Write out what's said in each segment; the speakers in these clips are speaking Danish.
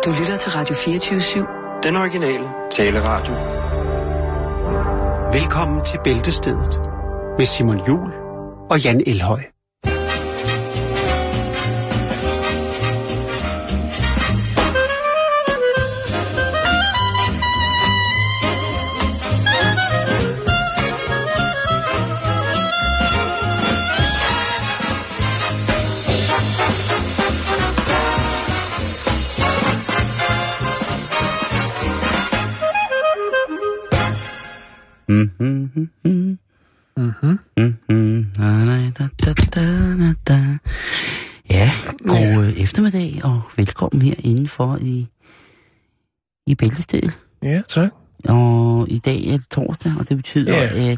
Du lytter til Radio 24/7. Den originale taleradio. Velkommen til Bæltestedet med Simon Juhl og Jan Elhøj. Ja, god eftermiddag og velkommen her indenfor i Bæltestedet. Ja, tak. Og i dag er det torsdag, og det betyder,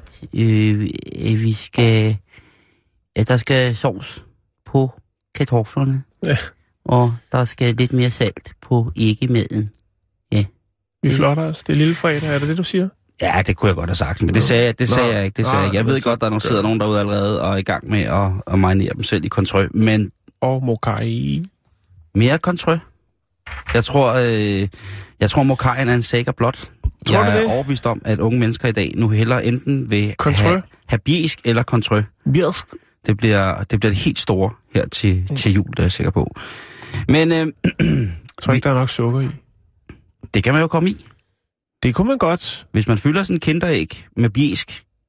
at der skal sovs på kartoflerne. Ja. Og der skal lidt mere salt på æggemaden. Ja. Vi flotter os. Det er lille fredag, er det det, du siger? Ja, det kunne jeg godt have sagt, men det sagde jeg ikke. Jeg ved godt, der nu sidder nogen derude allerede og er i gang med at marinere dem selv i control, men... Og mokai. Mere control? Jeg tror mokaien er en sikker blot. Jeg er overbevist om, at unge mennesker i dag nu hellere enten vil have bjæsk eller control. Bjæsk. Det bliver det helt store her til jul, det er jeg sikker på. Men... jeg tror ikke, der er nok sukker i. Det kan man jo komme i. Det kunne man godt. Hvis man fylder sådan en kinderæg med bjæsk,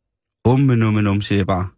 siger jeg bare,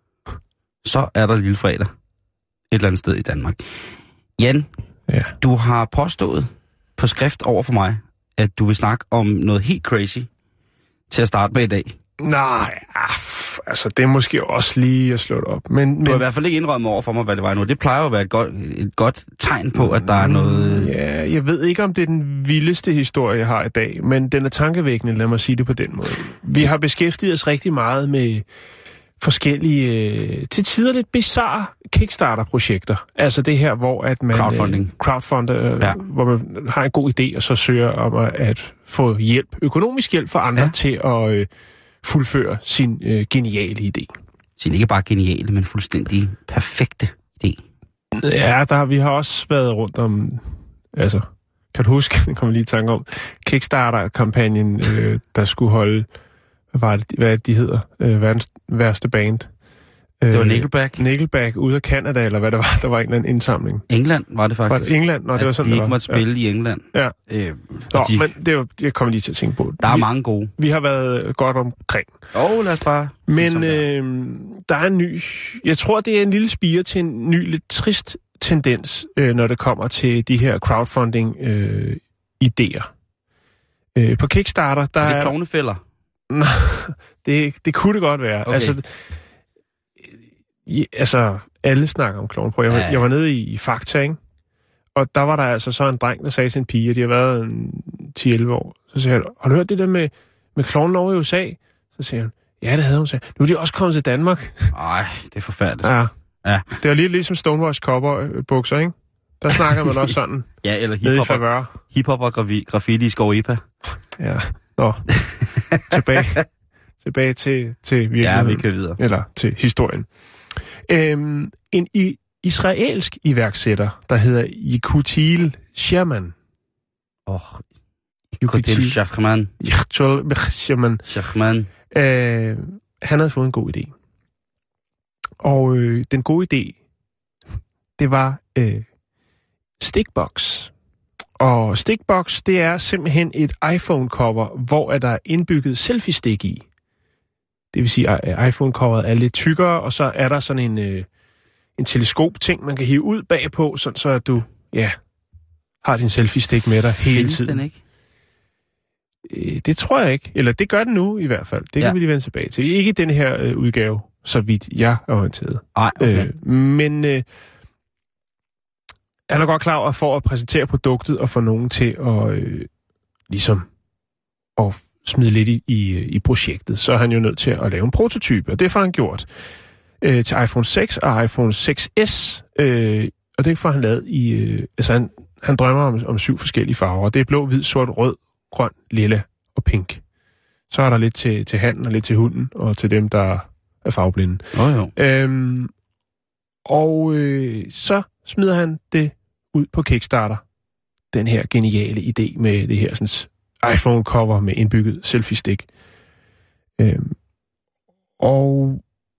så er der lille fredag et eller andet sted i Danmark. Jan, Du har påstået på skrift over for mig, at du vil snakke om noget helt crazy til at starte med i dag. Nej, altså det er måske også lige at slå det op. Men du har i hvert fald ikke indrømmet over for mig, hvad det var nu. Det plejer jo at være et godt tegn på, at der er noget... Ja, jeg ved ikke, om det er den vildeste historie, jeg har i dag, men den er tankevækkende, lad mig sige det på den måde. Vi har beskæftiget os rigtig meget med forskellige, til tider lidt bizarre Kickstarter-projekter. Altså det her, hvor at man... Crowdfunder, hvor man har en god idé, og så søger om at få hjælp, økonomisk hjælp for andre til at... fuldføre sin geniale idé. Sin ikke bare geniale, men fuldstændig perfekte idé. Ja, vi har også været rundt om... Altså, kan du huske, jeg kommer lige i tanke om, Kickstarter-kampagnen, der skulle holde... Hvad de hedder? Verdens værste band. Det var Nickelback. Nickelback ude af Canada, eller hvad det var. Der var en eller anden indsamling. England var det faktisk. Var det England? Nå, det var sådan, de ikke måtte spille i England. Ja. Men det kommer lige til at tænke på. Der er mange gode. Vi har været godt omkring. Lad os bare... Men der er en ny... Jeg tror, det er en lille spire til en ny, lidt trist tendens, når det kommer til de her crowdfunding-idéer. På Kickstarter, der er det klovnefælder? Nej, det kunne det godt være. Okay. Altså, alle snakker om klovneprøve. Jeg var nede i Fakta, ikke? Og der var der altså så en dreng, der sagde til en pige, at de har været 10-11 år. Så siger han, har du hørt det der med klovnen over i USA? Så siger han, ja, det havde hun sagt. Nu er de også kommet til Danmark. Nej, det er forfærdeligt. Ja. Det var lige ligesom Stonewatch Cowboy-bukser, ikke? Der snakker man også sådan. Ja, eller hiphop og graffiti i Skov Epa. Ja, tilbage til virkeligheden. Ja, vi kan videre. Eller til historien. En israelsk iværksætter, der hedder Yekutiel Sherman. Yekutiel Sherman. Han havde fået en god idé. Og den gode idé, det var Stickbox. Og Stickbox, det er simpelthen et iPhone-cover, hvor der er indbygget selfie-stik i. Det vil sige, at iPhone-coveret er lidt tykkere, og så er der sådan en teleskop-ting, man kan hive ud bagpå, sådan så at du har din selfie-stik med dig hele tiden. Den ikke? Det tror jeg ikke. Eller det gør den nu i hvert fald. Det kan vi lige vende tilbage til. Ikke den her udgave, så vidt jeg er orienteret. Okay. Men han er godt klar over, at for at præsentere produktet og få nogen til at at smide lidt i projektet, så er han jo nødt til at lave en prototype, og det får han gjort til iPhone 6 og iPhone 6S, og det får han lavet i... han drømmer om 7 forskellige farver, det er blå, hvid, sort, rød, grøn, lilla og pink. Så er der lidt til handen og lidt til hunden, og til dem, der er farveblinde. Så smider han det ud på Kickstarter. den her geniale idé med det her sådan, iPhone-cover med indbygget selfie-stik. Og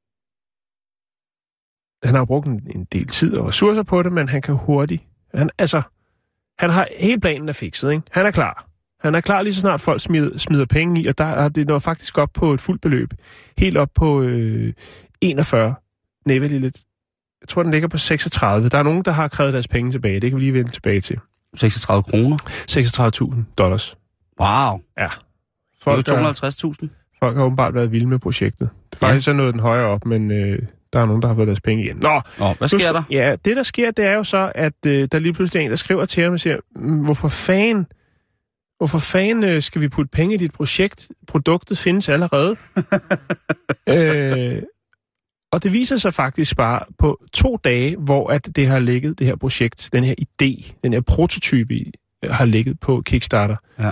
han har brugt en del tid og ressourcer på det, men han kan hurtigt... Han har hele planen er fikset, ikke? Han er klar. Han er klar lige så snart folk smider penge i, og der er det når faktisk op på et fuldt beløb. Helt op på 41. Nej, lidt. Jeg tror, den ligger på 36. Der er nogen, der har krævet deres penge tilbage. Det kan vi lige vende tilbage til. 36 kroner? $36,000. Wow. Ja. Det er 250.000. Folk har åbenbart været vilde med projektet. Faktisk er noget den højere op, men der er nogen, der har fået deres penge igen. Nå, hvad sker der? Ja, det der sker, det er jo så, at der lige pludselig er en, der skriver til ham og siger, hvorfor fanden skal vi putte penge i dit projekt? Produktet findes allerede. Og det viser sig faktisk bare på 2 dage, hvor at det har ligget, det her projekt, den her idé, den her prototype har ligget på Kickstarter. Ja.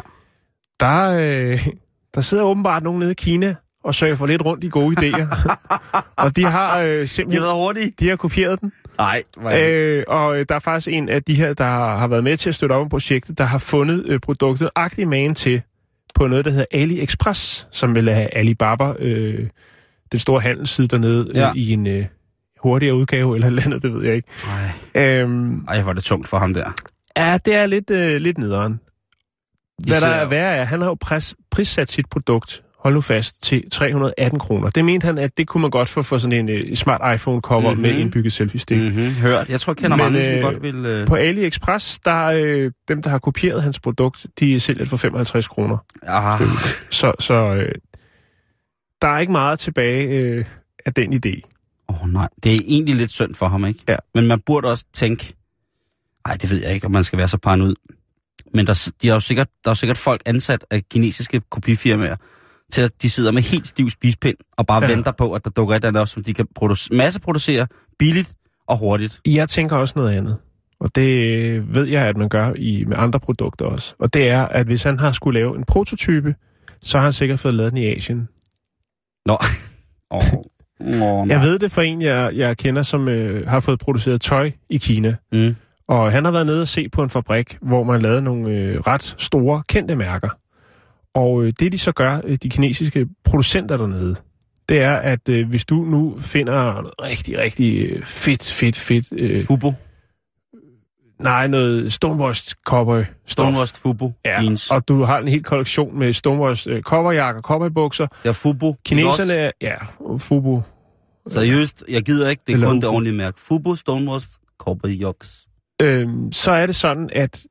Der sidder åbenbart nogen nede i Kina og sørger for lidt rundt i gode idéer. Og de har simpelthen... De har kopieret den. Nej. Og der er faktisk en af de her, der har været med til at støtte op om projektet, der har fundet produktet agtig magen til på noget, der hedder AliExpress, som vil have Alibaba, den store handelsside dernede, i en hurtigere udgave eller andet, det ved jeg ikke. Ej, hvor er det tungt for ham der. Ja, det er lidt nederen. Hvad der er værre er, han har jo prissat sit produkt, hold nu fast, til 318 kroner. Det mente han, at det kunne man godt få sådan en smart iPhone-cover med indbygget selfie-stik. Hørt. Jeg tror, jeg kender mange, som godt vil... På AliExpress, der dem, der har kopieret hans produkt, de sælger det for 55 kroner. Så der er ikke meget tilbage af den idé. Nej, det er egentlig lidt synd for ham, ikke? Ja. Men man burde også tænke... Ej, det ved jeg ikke, om man skal være så paranoid. Men der er jo sikkert folk ansat af kinesiske kopifirmaer, til at de sidder med helt stiv spispind og bare venter på, at der dukker et andet op, som de kan masseproducere billigt og hurtigt. Jeg tænker også noget andet, og det ved jeg, at man gør med andre produkter også. Og det er, at hvis han har skulle lave en prototype, så har han sikkert fået lavet den i Asien. Nå. Jeg ved det for en, jeg kender, som har fået produceret tøj i Kina. Og han har været nede og se på en fabrik, hvor man lavede nogle ret store, kendte mærker. Og det de så gør, de kinesiske producenter dernede, det er, at hvis du nu finder rigtig, rigtig fedt... Fubo? Nej, noget Stonewashed cowboy. Stonewashed Fubo jeans. Og du har en hel kollektion med Stonewashed cowboyjakker, cowboybukser. Ja, Fubo. Kineserne er... Ja, Fubo. Seriøst, jeg gider ikke. Det er kun det ordentlige mærke. Fubo, Stonewashed cowboyjocks. Så er det sådan, at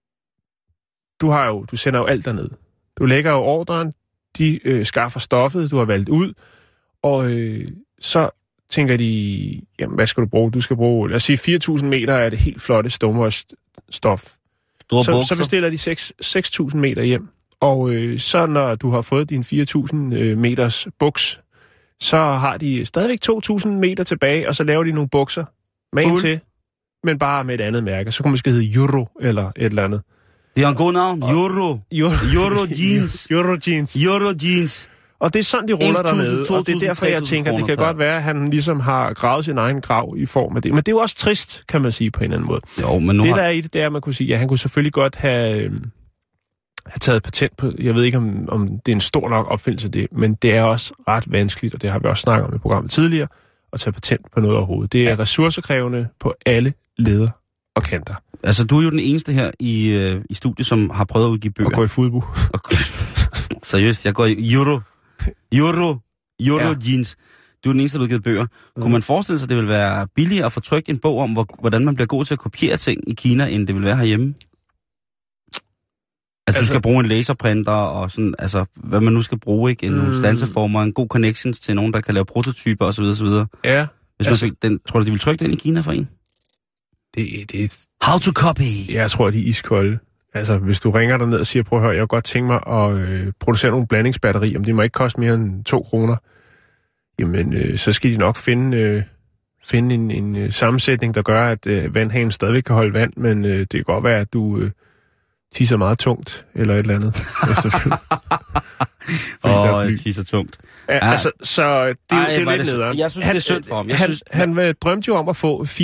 du sender jo alt derned. Du lægger jo ordren, de skaffer stoffet, du har valgt ud, og så tænker de, jamen hvad skal du bruge? Du skal bruge, lad os sige 4.000 meter af det helt flotte Stonewashed stof. Så bestiller de 6.000 meter hjem, og så når du har fået din 4.000 meters buks, så har de stadigvæk 2.000 meter tilbage, og så laver de nogle bukser med en til, men bare med et andet mærke. Så kunne man måske hedde Euro eller et eller andet. Det er en god navn. Euro jeans. Euro jeans. Og det er sådan, de ruller dernede, og det er derfor, jeg tænker, det kan godt være, at han ligesom har gravet sin egen grav i form af det. Men det er jo også trist, kan man sige på en eller anden måde. Jo, men nu det, der er i det, er, at man kunne sige, ja, han kunne selvfølgelig godt have taget patent på, jeg ved ikke, om det er en stor nok opfindelse det, men det er også ret vanskeligt, og det har vi også snakket om i programmet tidligere, at tage patent på noget overhovedet. Det er ressourcekrævende på alle leder og kanter. Altså, du er jo den eneste her i studiet, som har prøvet at udgive bøger. Og gå i fodbold. Seriøst, jeg går i Euro jeans. Du er den eneste, der har udgivet bøger. Kunne man forestille sig, at det ville være billigere at få trykt en bog om, hvordan man bliver god til at kopiere ting i Kina, end det vil være herhjemme? Altså, du skal bruge en laserprinter og sådan, altså, hvad man nu skal bruge, ikke? Nogle stanseformer, en god connections til nogen, der kan lave prototyper osv. osv. Ja. Hvis man fik den, tror du, de vil trykke den i Kina for en? Det How to copy? Jeg tror, de er iskolde. Altså, hvis du ringer derned og siger, prøv at høre, jeg kunne godt tænke mig at producere nogle blandingsbatteri, om det må ikke koste mere end 2 kroner, jamen, så skal de nok finde en sammensætning, der gør, at vandhanen stadigvæk kan holde vand, men det kan godt være, at du tisser meget tungt, eller et eller andet. Tisser tungt. Ja, altså, så det er jo lidt nederen. Jeg synes, det er synd for ham. Han drømte jo om at få $40,600,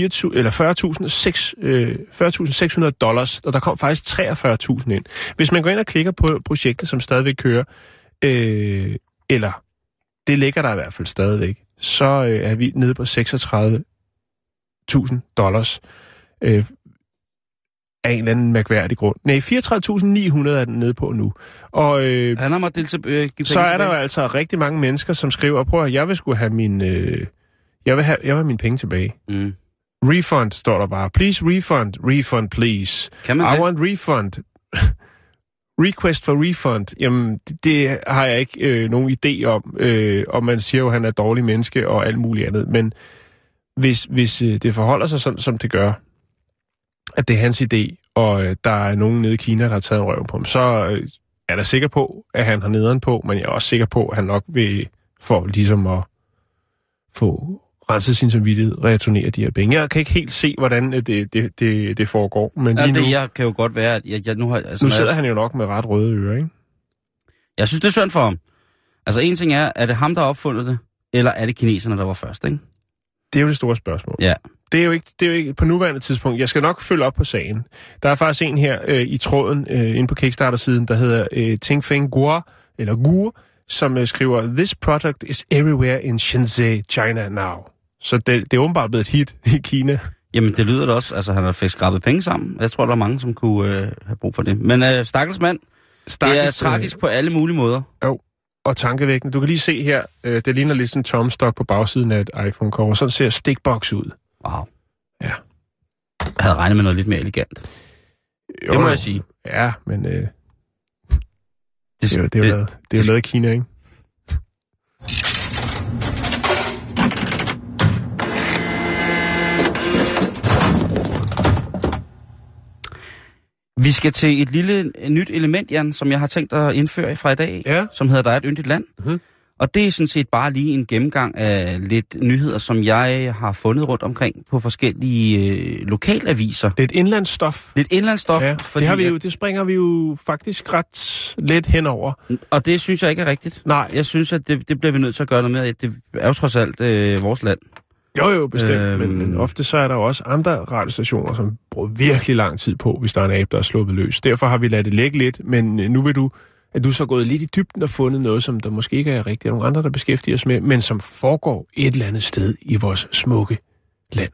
og der kom faktisk 43.000 ind. Hvis man går ind og klikker på projektet, som stadigvæk kører, eller det ligger der i hvert fald stadigvæk, så er vi nede på $36,000 af en eller anden mærkværdig grund. Nej, 34.900 er den nede på nu. Og han har måttet så er der jo altså rigtig mange mennesker, som skriver, prøv at jeg vil sgu have min jeg vil have mine penge tilbage. Mm. Refund står der bare. Please refund please. Kan man I want refund. Request for refund. Jamen, det har jeg ikke nogen idé om. Og man siger jo, at han er et dårligt menneske og alt muligt andet. Men hvis det forholder sig sådan, som det gør, at det er hans idé, og der er nogen nede i Kina, der har taget en røv på ham, så er jeg sikker på, at han har nederen på, men jeg er også sikker på, at han nok vil for ligesom at få renset sin samvittighed, returnere de her penge. Jeg kan ikke helt se, hvordan det foregår. Men ja, det kan jo godt være, at jeg nu har... Altså, nu sidder han jo nok med ret røde ører, ikke? Jeg synes, det er synd for ham. Altså, en ting er det ham, der har opfundet det, eller er det kineserne, der var først, ikke? Det er jo det store spørgsmål. Ja. Det er jo ikke på nuværende tidspunkt. Jeg skal nok følge op på sagen. Der er faktisk en her i tråden inde på Kickstarter-siden, der hedder Tingfeng Guo, som skriver, "This product is everywhere in Shenzhen, China now." Så det er åbenbart blevet et hit i Kina. Jamen, det lyder det også. Altså, han har fået skrabet penge sammen. Jeg tror, der er mange, som kunne have brug for det. Men stakkels mand, det er tragisk på alle mulige måder. Jo, og tankevækkende. Du kan lige se her, det ligner lidt sådan en tomstok på bagsiden af et iPhone-cover. Sådan ser stickbox ud. Wow. Ja. Jeg havde regnet med noget lidt mere elegant. Jo, det må jeg sige. Ja, men det er jo lavet i Kina, ikke? Vi skal til et lille nyt element, Jan, som jeg har tænkt at indføre fra i dag, som hedder Der er et yndigt land. Mm-hmm. Og det er sådan set bare lige en gennemgang af lidt nyheder, som jeg har fundet rundt omkring på forskellige lokalaviser. Det er et indlandsstof. Lidt indlandsstof. Ja, fordi det springer vi jo faktisk ret let henover. Og det synes jeg ikke er rigtigt. Nej. Jeg synes, at det bliver vi nødt til at gøre noget med. Det er jo trods alt vores land. Jo, bestemt. Men ofte så er der jo også andre radiostationer, som bruger virkelig lang tid på, hvis der er en abe, der er sluppet løs. Derfor har vi ladet det ligge lidt, men nu vil du så gået lidt i dybden og fundet noget, som der måske ikke er rigtigt. Der er nogle andre, der beskæftiger os med, men som foregår et eller andet sted i vores smukke land.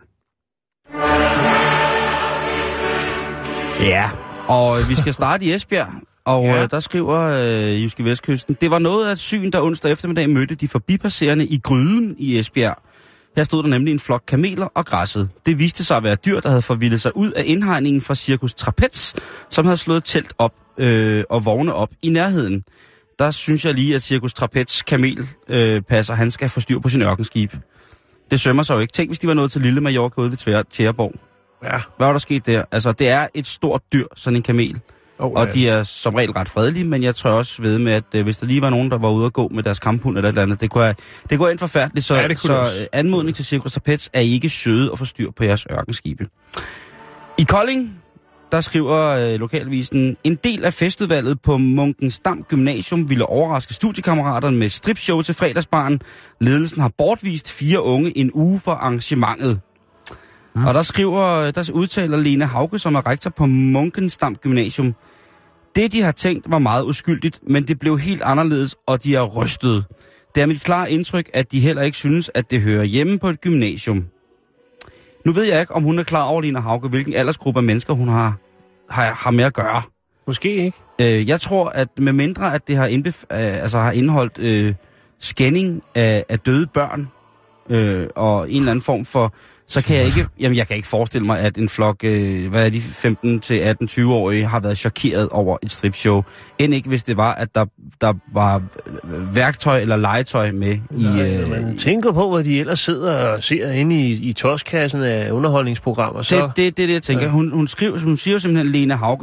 Ja, og vi skal starte i Esbjerg, og der skriver Jyske Vestkysten, det var noget af et syn, der onsdag eftermiddag mødte de forbipasserende i Gryden i Esbjerg. Her stod der nemlig en flok kameler og græssede. Det viste sig at være dyr, der havde forvildet sig ud af indhegningen fra Cirkus Trapez, som havde slået telt op og vogne op i nærheden. Der synes jeg lige, at Cirkus Trapez kamelpasser, han skal få styr på sin ørkenskib. Det sømmer sig jo ikke. Tænk, hvis de var nået til Lille Mallorca ude ved Tjæreborg. Ja. Hvad var der sket der? Altså, det er et stort dyr, sådan en kamel. Og de er som regel ret fredelige, men jeg tror også ved med, at hvis der lige var nogen, der var ude at gå med deres kamphund eller et eller andet, det går ind forfærdeligt, så anmodning til Cirkus Trapez er ikke søde og få styr på jeres ørkenskibe. I Kolding, der skriver lokalvisen, en del af festudvalget på Munkensdam Gymnasium ville overraske studiekammeraterne med stripshow til fredagsbaren. Ledelsen har bortvist 4 unge en uge for arrangementet. Og der udtaler Lene Hauge, som er rektor på Munkensdam Gymnasium. Det, de har tænkt, var meget uskyldigt, men det blev helt anderledes, og de er rystede. Det er mit klare indtryk, at de heller ikke synes, at det hører hjemme på et gymnasium. Nu ved jeg ikke, om hun er klar over, Lene Hauge, hvilken aldersgruppe af mennesker hun har med at gøre. Måske ikke. Jeg tror, at med mindre, at det har indeholdt scanning af døde børn og en eller anden form for... Så kan jeg kan ikke forestille mig, at en flok, 15-18-20-årige har været chokeret over et stripshow. End ikke, hvis det var, at der var værktøj eller legetøj med. Man tænker på, hvad de ellers sidder og ser inde i toskassen af underholdningsprogrammer. Så... Det er det, jeg tænker. Hun siger jo simpelthen, Lene Hauge,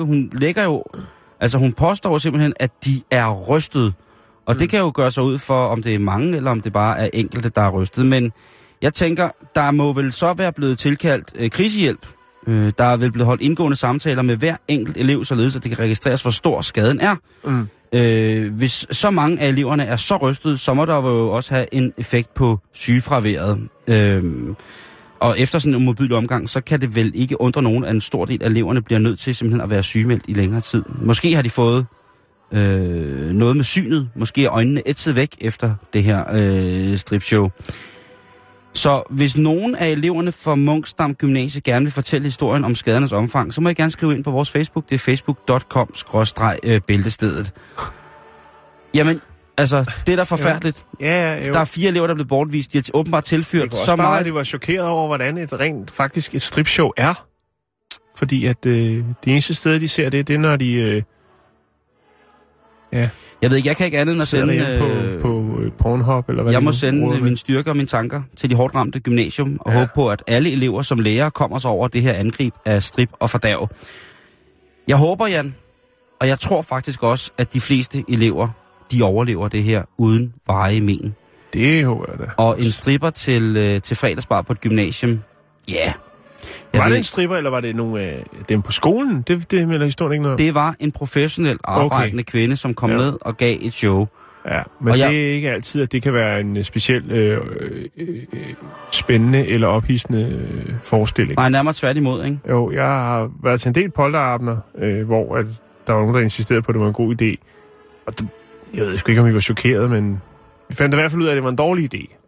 hun påstår simpelthen, at de er rystet. Og det kan jo gøre sig ud for, om det er mange, eller om det bare er enkelte, der er rystet. Men jeg tænker, der må vel så være blevet tilkaldt krisehjælp Der er vel blevet holdt indgående samtaler med hver enkelt elev, således at det kan registreres, hvor stor skaden er. Hvis så mange af eleverne er så rystede, så må der jo også have en effekt på sygefraværet. Og efter sådan en modbydelig omgang, så kan det vel ikke undre nogen, at en stor del af eleverne bliver nødt til simpelthen at være sygemeldt i længere tid. Måske har de fået noget med synet. Måske er øjnene ætset væk efter det her stripshow. Så hvis nogen af eleverne fra Munkstam Gymnasie gerne vil fortælle historien om skadernes omfang, så må I gerne skrive ind på vores Facebook. Det er facebook.com/bæltestedet. Jamen, altså, det er da forfærdeligt. Ja, der er 4 elever, der er blevet bortvist. De har åbenbart tilført så meget. De var chokeret over, hvordan et stripshow er. Fordi at det eneste sted, de ser det er når de... Jeg ved ikke, jeg kan ikke andet end at sende... på Pornhub, eller hvad jeg må sende mine styrker og mine tanker til de hårdt ramte gymnasium, og håbe på, at alle elever som lærer kommer sig over det her angreb af strip og fordav. Jeg håber, Jan, og jeg tror faktisk også, at de fleste elever, de overlever det her uden varige men. Det håber jeg da. Og en stripper til fredagsbar på et gymnasium, ja... Var det en stripper, eller var det nogle af dem på skolen? Det melder historien ikke noget. Det var en professionel arbejdende kvinde, som kom ned og gav et show. Ja, men det er ikke altid, at det kan være en speciel spændende eller ophidsende forestilling. Nej, nærmere tværtimod, ikke? Jo, jeg har været til en del polterabender, hvor at der var nogen, der insisterede på, at det var en god idé. Og jeg ved sgu ikke, om I var chokeret, men vi fandt i hvert fald ud af, at det var en dårlig idé.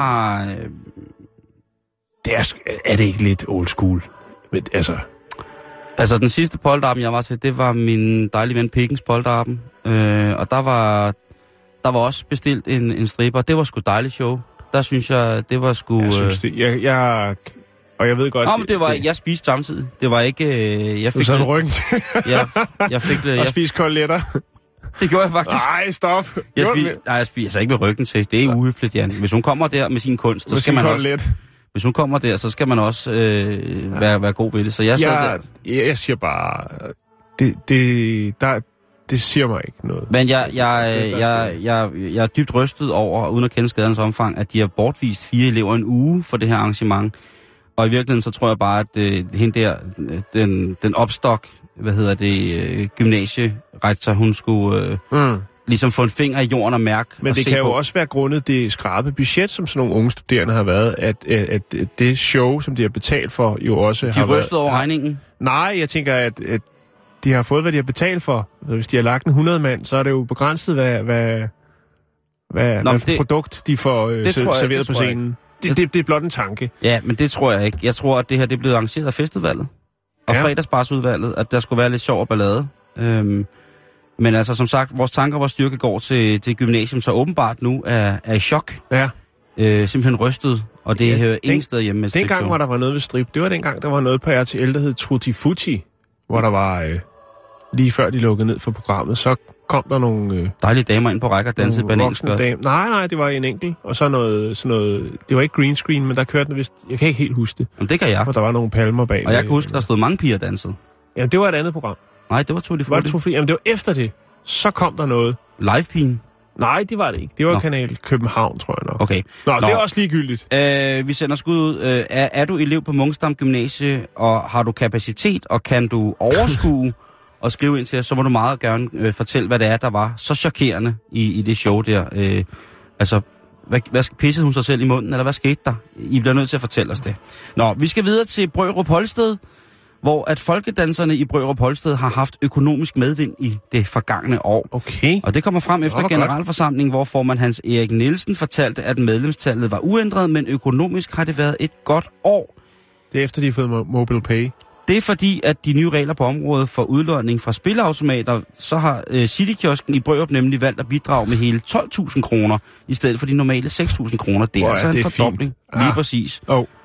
Er det ikke lidt old school? Men, altså, den sidste polterappen, jeg var til, det var min dejlige ven Pikkens polterappen. Og der var også bestilt en stripper. Det var sgu et dejligt show. Der synes jeg, det var sgu... Jeg synes det... Og jeg ved godt... Nå, men det var... Jeg spiste samtidig. Det var ikke... Jeg fik du sådan ryggen til. jeg fik det... Og spiste koteletter. Det gjorde jeg faktisk. Nej, stop. Jeg spiser ikke med ryggen til. Det er uhøfligt, Jan. Hvis hun kommer der med sin kunst, så skal man også... Hvis hun kommer der, så skal man også være god ved det. Så jeg siger bare... Det siger mig ikke noget. Men jeg er dybt rystet over, uden at kende skadernes omfang, at de har bortvist 4 elever en uge for det her arrangement. Og i virkeligheden, så tror jeg bare, at hende der, den opstok, gymnasierektor, hun skulle ligesom få en finger i jorden og mærke. Men det kan jo også være grundet det skrabe budget, som sådan nogle unge studerende har været, at det show, som de har betalt for, jo også har været... De rystede over regningen? Nej, jeg tænker, at de har fået, hvad de har betalt for. Hvis de har lagt en 100 mand, så er det jo begrænset, hvad produkt de får serveret på scenen. Det er blot en tanke. Ja, men det tror jeg ikke. Jeg tror, at det her det er blevet arrangeret af festudvalget. Og fredagsbarsudvalget, at der skulle være lidt sjov og ballade. Men altså, som sagt, vores tanker og vores styrke går til gymnasium, så åbenbart nu er i chok. Ja. Simpelthen rystet, og det hører ingen sted hjemme med stripshow. Dengang, hvor der var noget ved strip, det var dengang, der var noget på RTL, der hed Tutti Frutti, hvor der var, lige før de lukkede ned for programmet, så kom der nogle... dejlige damer ind på række og dansede bananskørt. Nej, det var en enkelt. Og så noget... Det var ikke green screen, men der kørte den vist... Jeg kan ikke helt huske det. Jamen, det kan jeg. Og der var nogle palmer bag. Og jeg kan huske, der stod mange piger dansede. Jamen, det var et andet program. Nej, det var Tutti Frutti. Jamen, det var efter det. Så kom der noget. Live-pigen? Nej, det var det ikke. Det var Kanal København, tror jeg nok. Okay. Nå, det er også ligegyldigt. Vi sender skud ud. Er du elev på Munkstam Gymnasie, og har du kapacitet, og kan du overskue og skrive ind til os, så må du meget gerne fortælle, hvad det er, der var så chokerende i det show der. Hvad pissede hun sig selv i munden, eller hvad skete der? I bliver nødt til at fortælle os det. Nå, vi skal videre til Brørup Holsted, hvor at folkedanserne i Brørup Holsted har haft økonomisk medvind i det forgangne år. Okay. Og det kommer frem efter generalforsamlingen, hvor formand Hans Erik Nielsen fortalte, at medlemstallet var uændret, men økonomisk har det været et godt år. Det er efter, de har fået Mobile Pay. Det er fordi, at de nye regler på området for udlodning fra spilleautomater, så har Citykiosken i Brørup nemlig valgt at bidrage med hele 12.000 kroner, i stedet for de normale 6.000 kroner. Det er altså en fordobling. Lige præcis.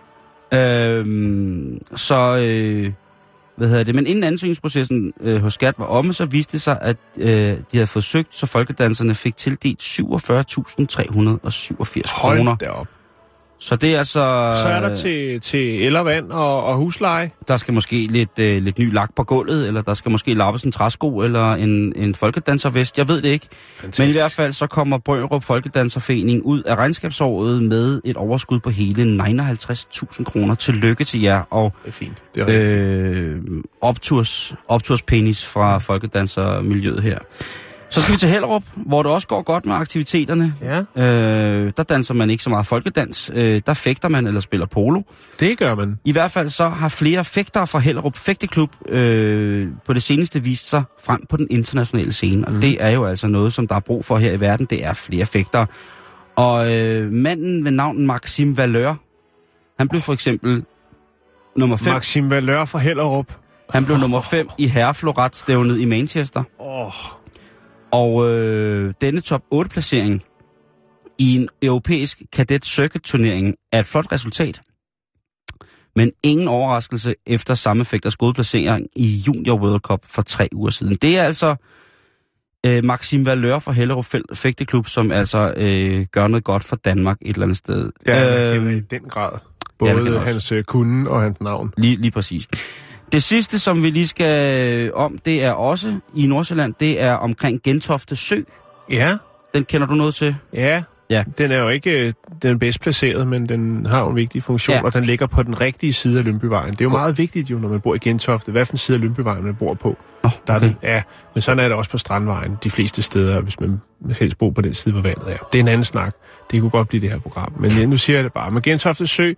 Men inden ansøgningsprocessen hos Skat var omme, så viste det sig, at de havde forsøgt, så folkedanserne fik tildelt 47.387 kroner. Hold da op. Så det er altså... Så er der til el og vand og husleje. Der skal måske lidt ny lak på gulvet, eller der skal måske lappes en træsko, eller en folkedanservest. Jeg ved det ikke. Fantastisk. Men i hvert fald så kommer Brørup Folkedanserforening ud af regnskabsåret med et overskud på hele 59.000 kroner. Tillykke til jer. Og det er fint. Det er opturspenis fra folkedansermiljøet her. Så skal vi til Hellerup, hvor det også går godt med aktiviteterne. Ja. Der danser man ikke så meget folkedans. Der fægter man eller spiller polo. Det gør man. I hvert fald så har flere fægtere fra Hellerup Fægteklub på det seneste vist sig frem på den internationale scene. Og det er jo altså noget, som der er brug for her i verden. Det er flere fægtere. Og manden ved navn Maxime Valeur, han blev for eksempel nummer 5. Maxime Valeur fra Hellerup. Han blev nummer 5 i herrefloret-stævnet i Manchester. Og denne top 8-placering i en europæisk cadet circuit-turnering er et flot resultat. Men ingen overraskelse efter samme fægters gode placering i Junior World Cup for 3 uger siden. Det er altså Maxime Valeur fra Hellerup Fægteklub, som altså gør noget godt for Danmark et eller andet sted. Ja, i den grad. Både hans kunde og hans navn. Lige præcis. Det sidste, som vi lige skal om, det er også i Nordsjælland, det er omkring Gentofte Sø. Ja. Den kender du noget til? Ja. Den er jo ikke den bedst placeret, men den har en vigtig funktion, og den ligger på den rigtige side af Lyngbyvejen. Det er jo meget vigtigt, jo, når man bor i Gentofte, hvad for en side af Lyngbyvejen man bor på. Okay. Der er det, men sådan er det også på Strandvejen, de fleste steder, hvis man helst bor på den side, hvor vandet er. Det er en anden snak. Det kunne godt blive det her program. Men nu siger jeg det bare. Men Gentofte Sø,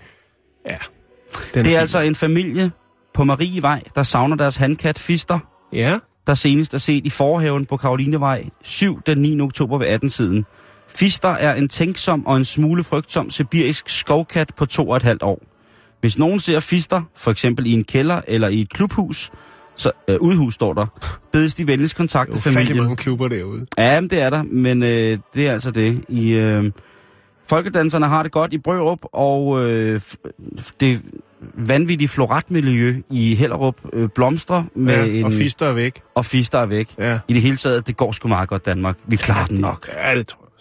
det er altså en familie på Marievej, der savner deres handkat Fister. Ja. Der senest er set i forhaven på Karolinevej 7 den 9. oktober ved 18-tiden. Fister er en tænksom og en smule frygtsom sibirisk skovkat på 2,5 år. Hvis nogen ser Fister, for eksempel i en kælder eller i et klubhus, så udhus står der, bedes de venligst kontakte familien. Der er mange klubber derude. Ja, det er der, men det er altså det. Folkedanserne har det godt i Brørup, og det vanvittige floratmiljø i Hellerup blomstrer med og Fister er væk. Og Fister er væk. Ja. I det hele taget, det går sgu meget godt, Danmark. Vi klarer den nok. Ja, det tror jeg.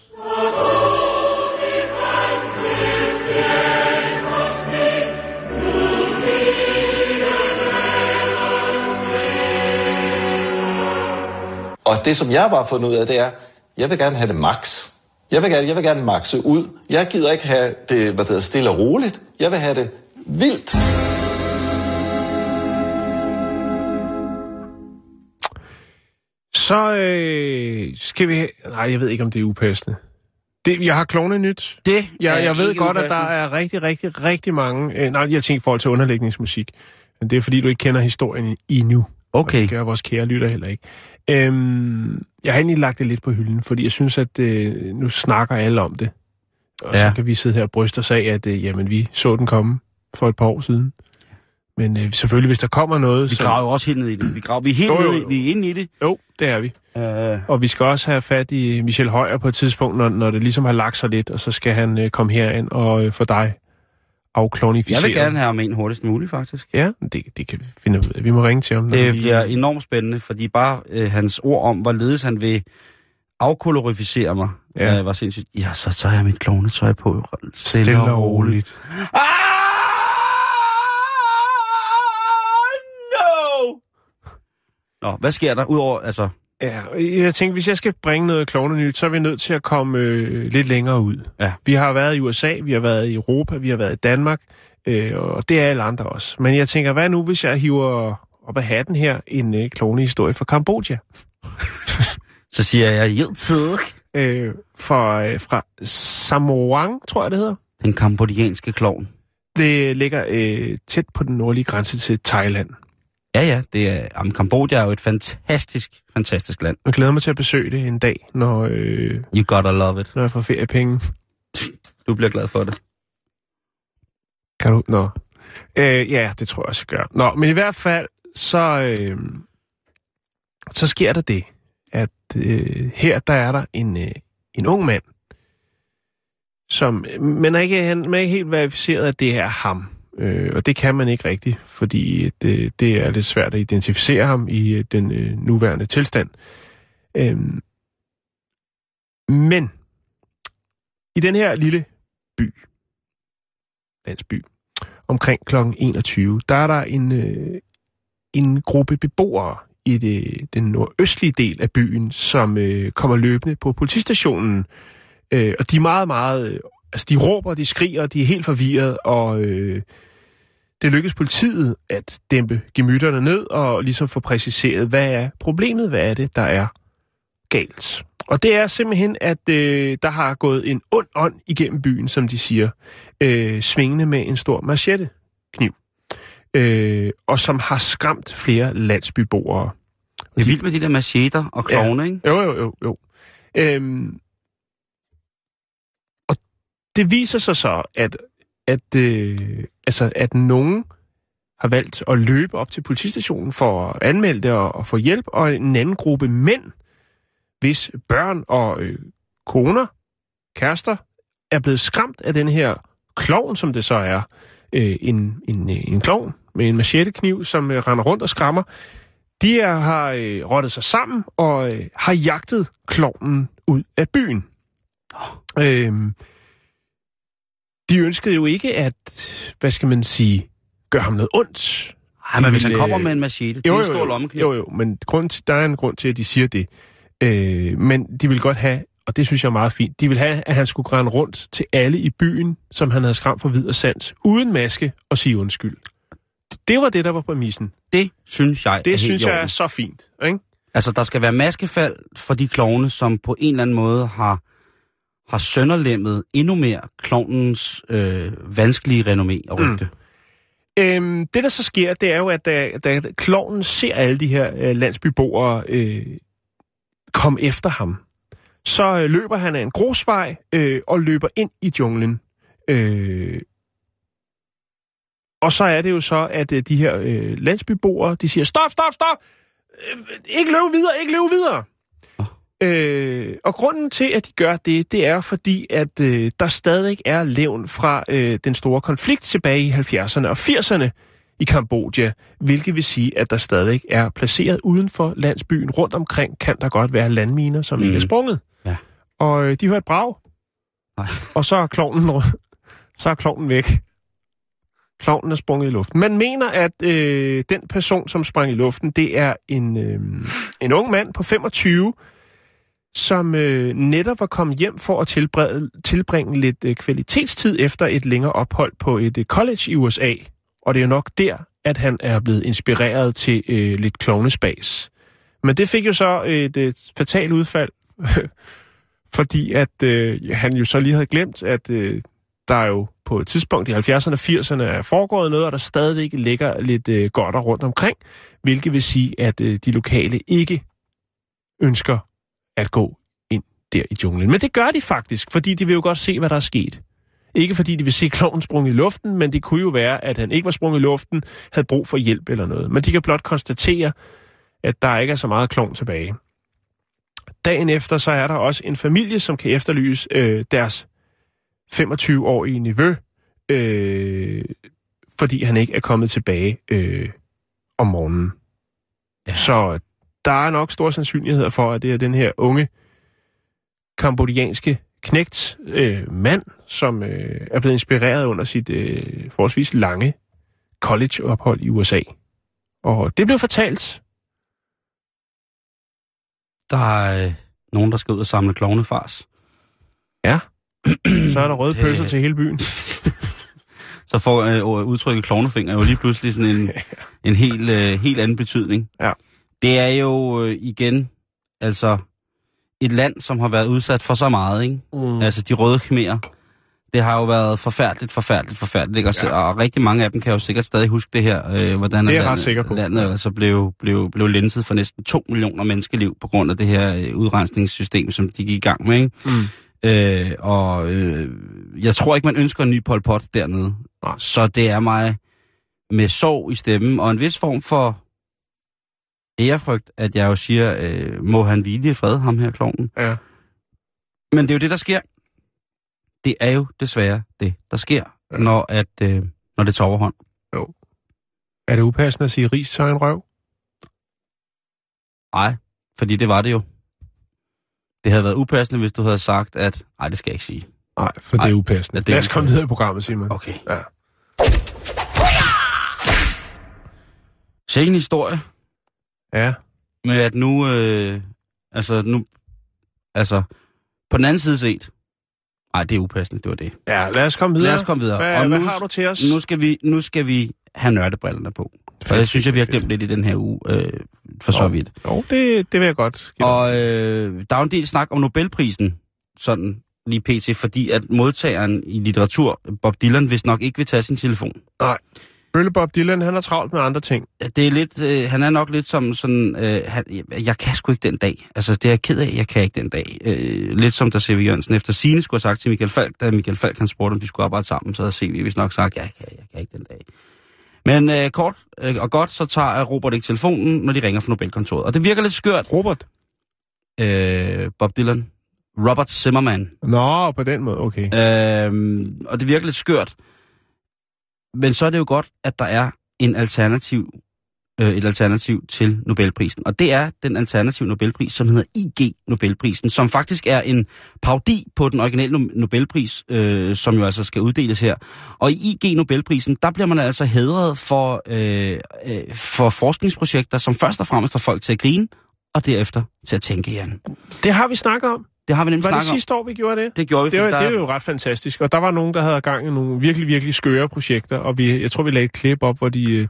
Og det, som jeg bare har fundet ud af, det er, jeg vil gerne have det max. Jeg vil gerne maxe ud. Jeg gider ikke have det, stille og roligt. Jeg vil have det vildt. Så skal vi... Nej, jeg ved ikke, om det er upassende. Jeg har klovnenyt. Jeg ved godt, at der er rigtig mange... jeg tænker i forhold til underlægningsmusik. Men det er, fordi du ikke kender historien endnu. Okay. Og det gør vores kære lytter heller ikke. Jeg har egentlig lagt det lidt på hylden, fordi jeg synes, at nu snakker alle om det. Og så kan vi sidde her og bryste os af, at vi så den komme for et par år siden. Men selvfølgelig, hvis der kommer noget... Vi graver jo også helt ned i det. Vi er helt nede, vi er inde i det. Jo, det er vi. Og vi skal også have fat i Michel Højer på et tidspunkt, når det ligesom har lagt sig lidt, og så skal han komme herind og få dig afklonificeret. Jeg vil gerne have ham ind hurtigst muligt, faktisk. Ja, det kan vi finde ud af. Vi må ringe til ham. Det bliver enormt spændende, fordi bare hans ord om, hvorledes han vil afkolorificere mig, var sindssygt. Ja, så tager jeg mit klovnetøj på. Stille og roligt. Nå, hvad sker der udover, altså... Ja, jeg tænker, hvis jeg skal bringe noget klovnenyt, så er vi nødt til at komme lidt længere ud. Ja. Vi har været i USA, vi har været i Europa, vi har været i Danmark, og det er alle andre også. Men jeg tænker, hvad nu, hvis jeg hiver op af hatten her en klovnehistorie fra Kambodja? Så siger jeg, fra Samoang, tror jeg det hedder. Den kambodjanske klovn. Det ligger tæt på den nordlige grænse til Thailand. Ja, det er... Kambodja er jo et fantastisk land. Jeg glæder mig til at besøge det en dag, når... You gotta love it. Når jeg får feriepenge. Du bliver glad for det. Kan du? Nå. Ja, det tror jeg også, jeg gør. Nå, men i hvert fald, så sker der det, at her, der er der en ung mand, som... Men han er ikke helt verificeret, at det er ham. Og det kan man ikke rigtigt, fordi det er lidt svært at identificere ham i den nuværende tilstand. Men i den her lille by, landsby. Omkring kl. 21, der er der en gruppe beboere i den nordøstlige del af byen, som kommer løbende på politistationen. Og de er meget, meget... Altså, de råber, de skriger, de er helt forvirret, og det lykkes politiet at dæmpe gemytterne ned og ligesom få præciseret, hvad er problemet, hvad er det, der er galt. Og det er simpelthen, at der har gået en ond ånd igennem byen, som de siger, svingende med en stor machettekniv, og som har skræmt flere landsbyboere. Det er vildt med de der macheter og klovne, ikke? Jo. Og det viser sig så, at nogen har valgt at løbe op til politistationen for at anmelde det og få hjælp, og en anden gruppe mænd, hvis børn og koner, kærester, er blevet skræmt af den her klovn, som det så er. En klovn med en machettekniv, som render rundt og skræmmer. De har rottet sig sammen og har jagtet klovnen ud af byen. De ønskede jo ikke at, gøre ham noget ondt. Ej, men hvis han kommer med en machete, det er en stor lommekniv. Jo, men der er en grund til, at de siger det. Men de vil godt have, og det synes jeg er meget fint, de vil have, at han skulle rende rundt til alle i byen, som han havde skræmt for vid og sans, uden maske og sige undskyld. Det var det, der var præmissen. Det synes jeg er så fint, ikke? Altså, der skal være maskefald for de klovne, som på en eller anden måde har sønderlemmet endnu mere klovnens vanskelige renommé og rygte. Det, der så sker, det er jo, at da klovnen ser alle de her landsbyboere komme efter ham, så løber han af en grusvej og løber ind i junglen. Og så er det jo så, at de her landsbyboere, de siger, stop! Ikke løb videre! Og grunden til, at de gør det er fordi, at der stadig er levn fra den store konflikt tilbage i 70'erne og 80'erne i Kambodja, hvilket vil sige, at der stadig er placeret uden for landsbyen. Rundt omkring kan der godt være landminer, som ikke er sprunget. Ja. Og de hører et brag, og så er klovnen væk. Klovnen er sprunget i luften. Man mener, at den person, som sprang i luften, det er en ung mand på 25, som netop var kommet hjem for at tilbringe lidt kvalitetstid efter et længere ophold på et college i USA. Og det er jo nok der, at han er blevet inspireret til lidt klovnespas. Men det fik jo så et fatalt udfald, fordi at han jo så lige havde glemt, at der jo på et tidspunkt i 70'erne og 80'erne er foregået noget, og der stadigvæk ligger lidt godter rundt omkring, hvilket vil sige, at de lokale ikke ønsker at gå ind der i junglen. Men det gør de faktisk, fordi de vil jo godt se, hvad der er sket. Ikke fordi de vil se klovnen sprunget i luften, men det kunne jo være, at han ikke var sprunget i luften, havde brug for hjælp eller noget. Men de kan blot konstatere, at der ikke er så meget klovn tilbage. Dagen efter, så er der også en familie, som kan efterlyse deres 25-årige nevø, fordi han ikke er kommet tilbage om morgenen. Ja. Så der er nok store sandsynligheder for, at det er den her unge kambodjanske knægt mand, som er blevet inspireret under sit forholdsvis lange college-ophold i USA. Og det blev fortalt. Der er nogen, der skal ud og samle klovnefars. Ja. Så er der røde pølser til hele byen. Så får udtrykket klovnefinger jo lige pludselig sådan en helt anden betydning. Ja. Det er jo igen, altså et land, som har været udsat for så meget, ikke? Altså de røde khmerer. Det har jo været forfærdeligt. Ikke? Og rigtig mange af dem kan jo sikkert stadig huske det her, hvordan det er landet altså blev lænset for næsten 2 millioner menneskeliv på grund af det her udrensningssystem, som de gik i gang med, ikke? Jeg tror ikke, man ønsker en ny Pol Pot dernede. Nej. Så det er mig med sorg i stemmen, og en vis form for ærefrygt, at jeg jo siger, må han hvile i fred, ham her klovnen. Ja. Men det er jo det, der sker. Det er jo desværre det, der sker, ja. når det tager overhånd. Jo. Er det upassende at sige ris til en røv? Nej, fordi det var det jo. Det havde været upassende, hvis du havde sagt, at nej, det skal jeg ikke sige. Nej, for det er upassende. Lad os komme videre i programmet, Simon. Okay. Ja. Se en historie. Ja. Med at nu, på den anden side set. Nej, det er upassende, det var det. Ja, lad os komme videre. Hvad har du til os? Nu skal vi have nørdebrillerne på. Og det synes jeg, vi har glemt lidt i den her uge, for så vidt. Jo, det vil jeg godt. Og der er jo en del snak om Nobelprisen, sådan lige pt., fordi at modtageren i litteratur, Bob Dylan, vist nok ikke vil tage sin telefon. Nej. Bølle Bob Dylan, han er travlt med andre ting. Det er lidt, han er nok lidt som sådan, jeg kan sgu ikke den dag. Altså, det er jeg ked af, jeg kan ikke den dag. Lidt som da C.V. Jørgensen efter Signe skulle have sagt til Michael Falk, da Michael Falk han spurgte, om de skulle arbejde sammen, så havde C.V. vist nok sagt, jeg kan ikke den dag. Men kort og godt, så tager Robert ikke telefonen, når de ringer fra Nobelkontoret. Og det virker lidt skørt. Robert? Bob Dylan. Robert Zimmerman. Nå, på den måde, okay. Og det virker lidt skørt. Men så er det jo godt, at der er et alternativ til Nobelprisen. Og det er den alternative Nobelpris, som hedder IG Nobelprisen, som faktisk er en parodi på den originale Nobelpris, som jo altså skal uddeles her. Og i IG Nobelprisen, der bliver man altså hædret for forskningsprojekter, som først og fremmest får folk til at grine, og derefter til at tænke igen. Det har vi snakket om. Det har vi nemlig snakket om. Var det sidste år, vi gjorde det? Det gjorde vi. Det er jo ret fantastisk. Og der var nogen, der havde gang i nogle virkelig, virkelig skøre projekter, og jeg tror, vi lagde et klip op, hvor de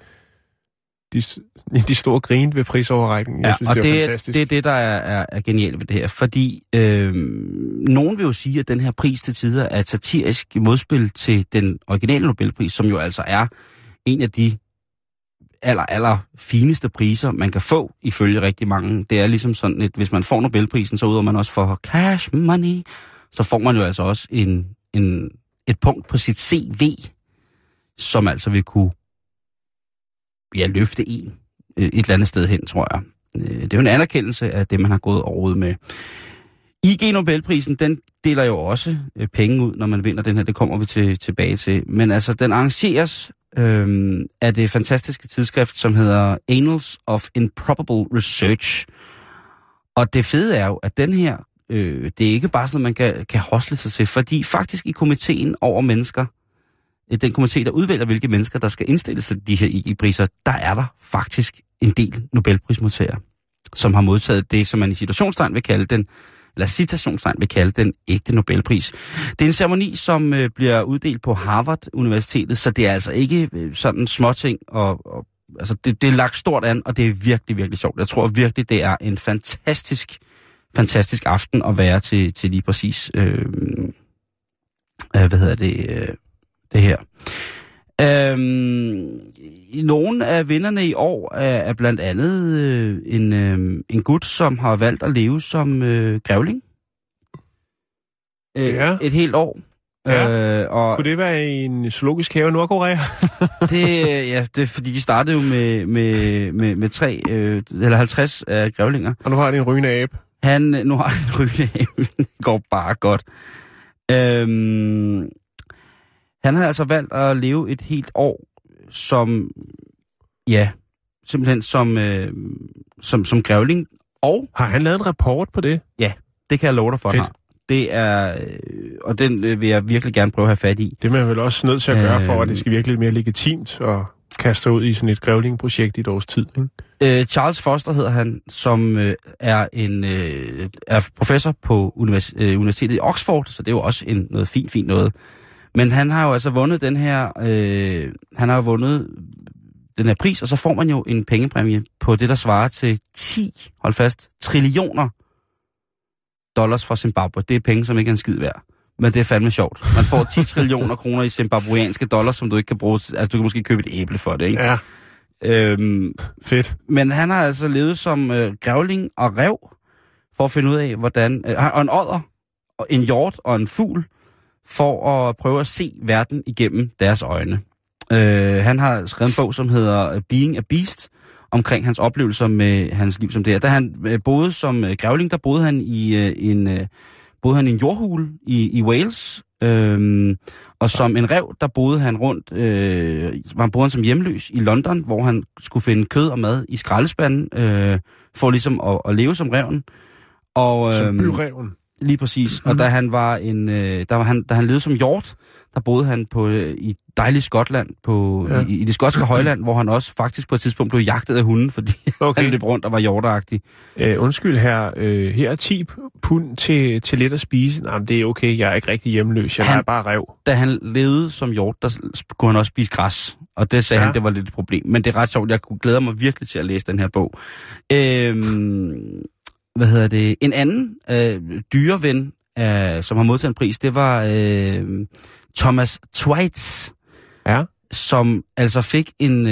store grinte ved prisoverrækningen. Jeg synes, og det var fantastisk. Det er det, der er genialt ved det her. Fordi nogen vil jo sige, at den her pris til tider er et satirisk modspil til den originale Nobelpris, som jo altså er en af de aller fineste priser, man kan få, ifølge rigtig mange. Det er ligesom sådan, at hvis man får Nobelprisen, så udover man også får cash money, så får man jo altså også et punkt på sit CV, som altså vil kunne løfte et eller andet sted hen, tror jeg. Det er jo en anerkendelse af det, man har gået overhovedet med. IG Nobelprisen, den deler jo også penge ud, når man vinder den her. Det kommer vi tilbage til. Men altså, den arrangeres af det fantastiske tidsskrift, som hedder Annals of Improbable Research. Og det fede er jo, at den her, det er ikke bare sådan, at man kan hostle sig til, fordi faktisk i komiteen over mennesker, den komité, der udvælger, hvilke mennesker, der skal indstilles til de her IG-priser, der er der faktisk en del Nobelprismodtagere, som har modtaget det, som man i citationstegn vil kalde den ægte Nobelpris. Det er en ceremoni, som bliver uddelt på Harvard Universitetet, så det er altså ikke sådan småting, og altså det er lagt stort an, og det er virkelig, virkelig sjovt. Jeg tror virkelig, det er en fantastisk aften at være til lige præcis, det her. Nogle af vinderne i år er blandt andet en gut, som har valgt at leve som grævling. Et helt år. Ja. Kunne det være i en zoologisk have i Nordkorea? det er fordi, de startede jo med 50 grævlinger. Og nu har de en rygende abe. Nu har han en rygende abe. Det går bare godt. Han havde altså valgt at leve et helt år simpelthen som grævling. Og har han lavet en rapport på det? Ja, det kan jeg love dig for. Det er, og den vil jeg virkelig gerne prøve at have fat i. Det er man vel også nødt til at gøre, for at det skal virkelig mere legitimt og kaste ud i sådan et grævlingprojekt i et års tid, ikke? Charles Foster hedder han, som er er professor på universitetet i Oxford, så det er jo også noget fint noget. Men han har jo altså vundet den her, pris, og så får man jo en pengepræmie på det, der svarer til 10, hold fast, trillioner dollars fra Zimbabwe. Det er penge, som ikke er en skid værd. Men det er fandme sjovt. Man får 10 trillioner kroner i zimbabweanske dollars, som du ikke kan bruge. Altså, du kan måske købe et æble for det, ikke? Ja. Fedt. Men han har altså levet som grævling og ræv, for at finde ud af, hvordan... og en odder, og en hjort og en fugl, for at prøve at se verden igennem deres øjne. Han har skrevet en bog, som hedder Being a Beast, omkring hans oplevelser med hans liv som det er. Da han boede som grævling, der boede han i en jordhule i Wales. Og som en ræv, der boede han rundt, han boede som hjemløs i London, hvor han skulle finde kød og mad i skraldespanden, for ligesom at leve som ræven. Og, som byræven. Lige præcis. Og da han levede som hjort, der boede han i dejligt Skotland, i det skotske højland, hvor han også faktisk på et tidspunkt blev jagtet af hunden, fordi han løb rundt og var hjorteagtig. Undskyld her, her er 10 pund til lidt at spise. Nej, det er okay, jeg er ikke rigtig hjemløs, jeg er bare rev. Da han levede som hjort, der kunne han også spise græs, og det sagde han, det var lidt et problem. Men det er ret sjovt, jeg glæder mig virkelig til at læse den her bog. En anden dyreven, som har modtaget en pris, det var Thomas Twites, som altså fik en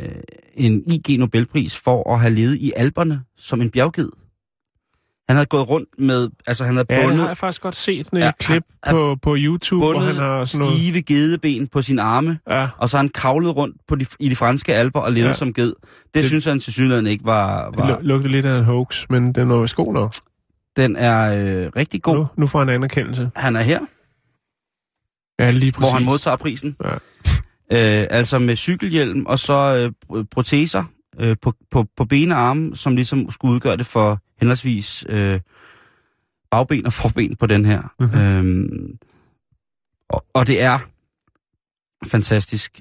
IG Nobelpris for at have levet i Alperne som en bjergged. Han havde gået rundt med, altså han havde bundet... det har jeg faktisk godt set et klip på YouTube, hvor han har sådan noget... stive gedeben på sine arme, og så har han kravlet rundt i de franske alper og levet som ged. Det synes han til synligheden ikke var... Det lugter lidt af en hoax, men den er god nok. Den er rigtig god. Nu får han anerkendelse. Han er her. Ja, lige præcis. Hvor han modtager prisen. Ja. Altså med cykelhjelm og så proteser på ben og arme, som ligesom skulle udgøre det for henholdsvis bagben og forben på den her. Mm-hmm. Og det er fantastisk,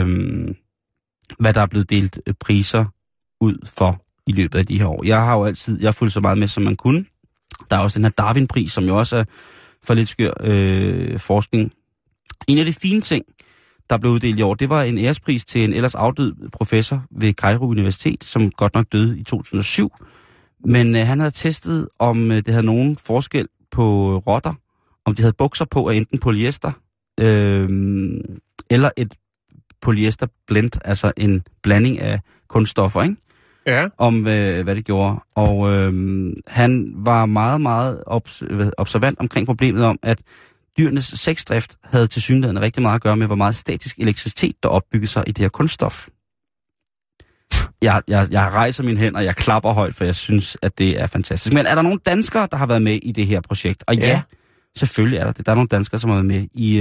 hvad der er blevet delt priser ud for i løbet af de her år. Jeg har fulgt så meget med, som man kunne. Der er også den her Darwin-pris, som jo også er for lidt skør forskning. En af de fine ting, der blev uddelt i år, det var en ærespris til en ellers afdød professor ved Cairo Universitet, som godt nok døde i 2007. Men han havde testet, om det havde nogen forskel på rotter, om de havde bukser på af enten polyester, eller et polyesterblend, altså en blanding af kunststoffer, ikke? Ja. Om hvad det gjorde. Og han var meget, meget observant omkring problemet om, at dyrenes sexdrift havde tilsyneladende rigtig meget at gøre med, hvor meget statisk elektricitet, der opbyggede sig i det her kunststof. Jeg rejser mine hænder, og jeg klapper højt, for jeg synes, at det er fantastisk. Men er der nogle danskere, der har været med i det her projekt? Og ja, selvfølgelig er der det. Der er nogle danskere, som har været med. I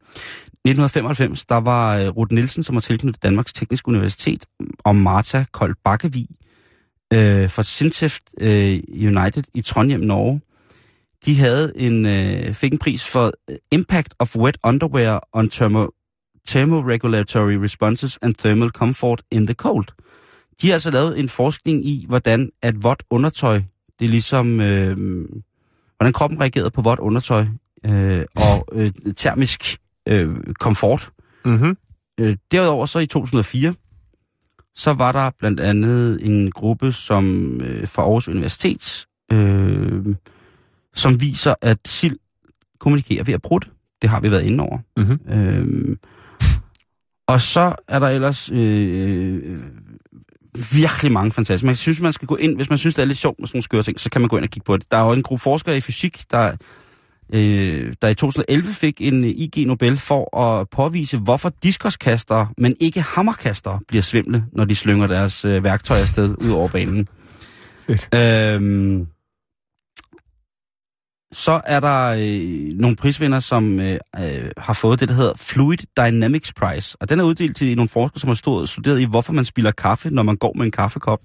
1995, der var Ruth Nielsen, som var tilknyttet Danmarks Tekniske Universitet, og Martha Kold Bakkevig fra Sinteft United i Trondheim, Norge. De havde fik en pris for Impact of Wet Underwear on Thermoregulatory Responses and Thermal Comfort in the Cold. De har altså lavet en forskning i, hvordan at vådt undertøj, det er ligesom, hvordan kroppen reagerede på vådt undertøj og termisk komfort. Mm-hmm. Derudover så i 2004, så var der blandt andet en gruppe som fra Aarhus Universitet, som viser, at sild kommunikerer ved at prutte. Det har vi været inde over. Mm-hmm. Og så er der ellers virkelig mange fantastiske. Man synes, man skal gå ind, hvis man synes, det er lidt sjovt med sådan nogle skøre ting, så kan man gå ind og kigge på det. Der er jo en gruppe forskere i fysik, der i 2011 fik en IG Nobel for at påvise, hvorfor diskoskastere, men ikke hammerkastere, bliver svimle, når de slynger deres værktøj afsted ud over banen. Så er der nogle prisvinder, som har fået det, der hedder Fluid Dynamics Prize. Og den er uddelt til nogle forskere, som har studeret i, hvorfor man spilder kaffe, når man går med en kaffekop.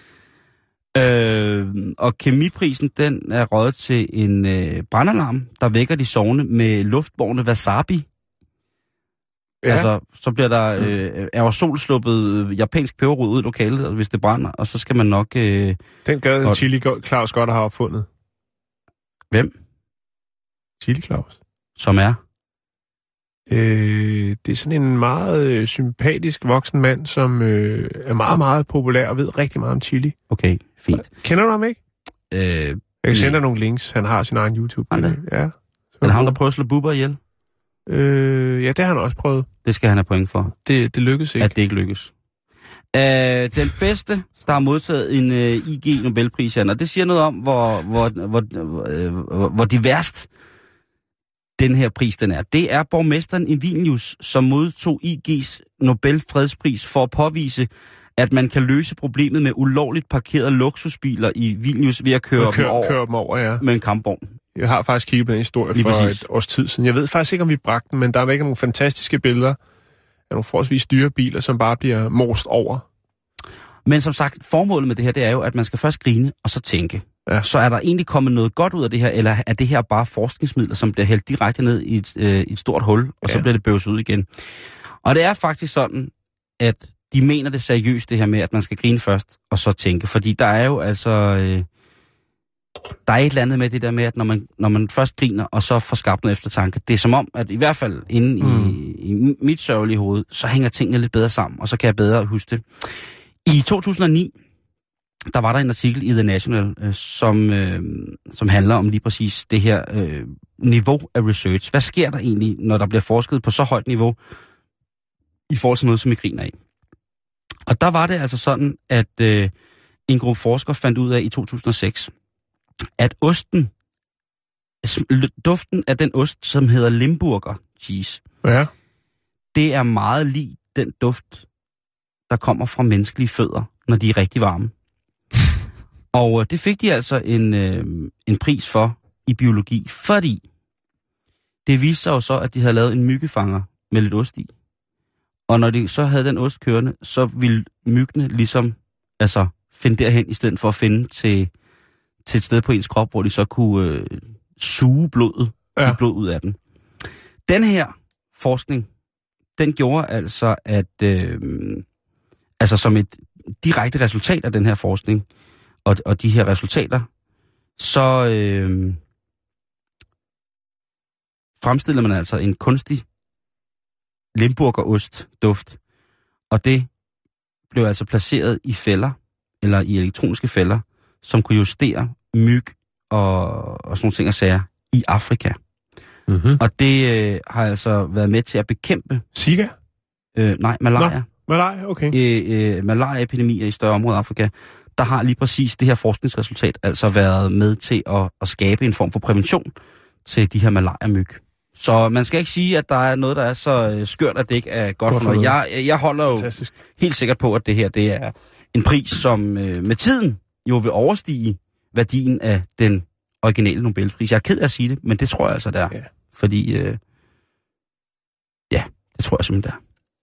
Og kemiprisen, den er røget til en brandalarm, der vækker de sovende med luftbårne wasabi. Ja. Altså, så bliver der aerosolsluppet japansk peberrod ud i lokalet, hvis det brænder, og så skal man nok... den gad Chili Claus godt har opfundet. Hvem? Chili Claus. Som er? Det er sådan en meget sympatisk voksen mand, som er meget, meget populær og ved rigtig meget om chili. Okay, fint. Kender du ham ikke? Jeg kan sende dig nogle links. Han har sin egen YouTube-kanal. Ja. Men ham, der prøver at slå Bubber ihjel? Ja, det har han også prøvet. Det skal han have point for. Det lykkedes ikke. At det ikke lykkes. Den bedste, der har modtaget en IG Nobelpris, og det siger noget om, hvor diverst den her pris den er. Det er borgmesteren i Vilnius, som modtog IG's Nobelfredspris for at påvise, at man kan løse problemet med ulovligt parkerede luksusbiler i Vilnius ved at køre dem over ja. Med en kampvogn. Jeg har faktisk kigget på den historie for et års tid siden. Jeg ved faktisk ikke, om vi bragte den, men der er ikke nogle fantastiske billeder af nogle forholdsvis dyre biler, som bare bliver morst over. Men som sagt, formålet med det her, det er jo, at man skal først grine, og så tænke. så er der egentlig kommet noget godt ud af det her, eller er det her bare forskningsmidler, som bliver hældt direkte ned i et stort hul, og så bliver det bøvset ud igen. Og det er faktisk sådan, at de mener det seriøst, det her med, at man skal grine først, og så tænke. Fordi der er jo altså... der er et eller andet med det der med, at når man først griner, og så får skabt noget eftertanke, det er som om, at i hvert fald inde i mit sørgelige hoved, så hænger tingene lidt bedre sammen, og så kan jeg bedre huske det. I 2009, der var der en artikel i The National, som handler om lige præcis det her niveau af research. Hvad sker der egentlig, når der bliver forsket på så højt niveau, i forhold til noget, som vi griner af? Og der var det altså sådan, at en gruppe forskere fandt ud af i 2006, at duften af den ost, som hedder Limburger cheese, det er meget lig den duft, der kommer fra menneskelige fødder, når de er rigtig varme. Og det fik de altså en pris for i biologi, fordi det viste sig jo så, at de havde lavet en myggefanger med lidt ost i. Og når de så havde den ost kørende, så ville myggene ligesom finde derhen, i stedet for at finde til et sted på ens krop, hvor de så kunne suge blod ud af den. Den her forskning, den gjorde altså, at som et direkte resultat af den her forskning, og de her resultater, så fremstiller man altså en kunstig Limburgerost-duft, og det blev altså placeret i fælder, eller i elektroniske fælder, som kunne justere myg og sådan nogle ting og sager i Afrika. Mm-hmm. Og det har altså været med til at bekæmpe... Zika? Nej, malaria. Malaria, okay. Malaria-epidemier i større områder af Afrika. Der har lige præcis det her forskningsresultat altså været med til at skabe en form for prævention til de her malaria-myg. Så man skal ikke sige, at der er noget, der er så skørt, at det ikke er godt for noget. Jeg holder jo helt sikkert på, at det her det er en pris, som med tiden jo vil overstige værdien af den originale Nobelpris. Jeg er ked af at sige det, men det tror jeg altså, det er. Ja. Fordi, det tror jeg simpelthen, det er.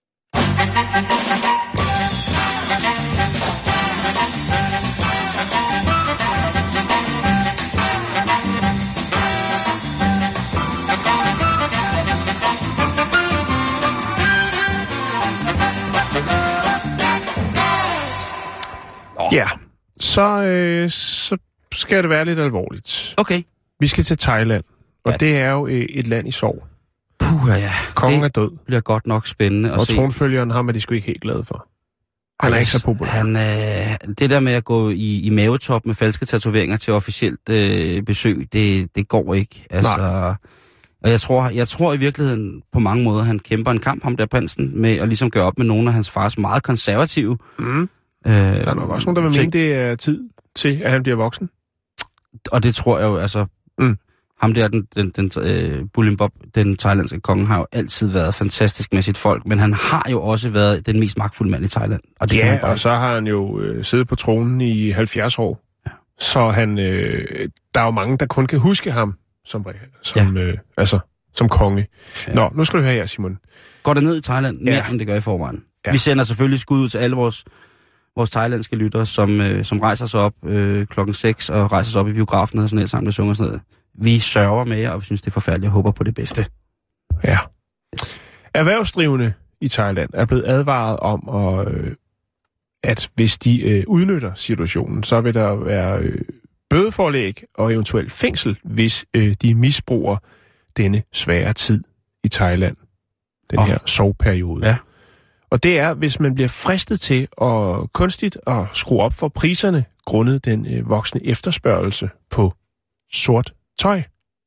Ja, så skal det være lidt alvorligt. Okay. Vi skal til Thailand, og det er jo et land i sorg. Ja. Kongen er død. Det bliver godt nok spændende at se. Og tronfølgeren ham er de sgu ikke helt glade for. Han er ikke så populær. Det der med at gå i mavetop med falske tatoveringer til officielt besøg, det går ikke. Altså, og jeg tror i virkeligheden på mange måder, han kæmper en kamp, ham der prinsen, med at ligesom gøre op med nogle af hans fars meget konservative. Der er nok også nogen, der vil mene, det er tid til, at han bliver voksen. Og det tror jeg jo, altså... Ham der, Boulimbop, den thailandske konge, har jo altid været fantastisk med sit folk, men han har jo også været den mest magtfulde mand i Thailand. Og det kan man bare... og så har han jo siddet på tronen i 70 år. Ja. Så der er jo mange, der kun kan huske ham som konge. Ja. Nå, nu skal du høre her, Simon. Går det ned i Thailand mere, end det gør i forvejen? Ja. Vi sender selvfølgelig skud ud til alle vores thailandske lyttere, som rejser sig op klokken 6 og rejser sig op i biografen og sådan noget, sammen med sunger og sådan noget. Vi sørger med jer, og vi synes, det er forfærdeligt. Jeg håber på det bedste. Ja. Erhvervsdrivende i Thailand er blevet advaret om, at hvis de udnytter situationen, så vil der være bødeforelæg og eventuelt fængsel, hvis de misbruger denne svære tid i Thailand. Den her sorgperiode. Ja. Og det er, hvis man bliver fristet til at kunstigt at skrue op for priserne, grundet den voksne efterspørgsel på sort tøj.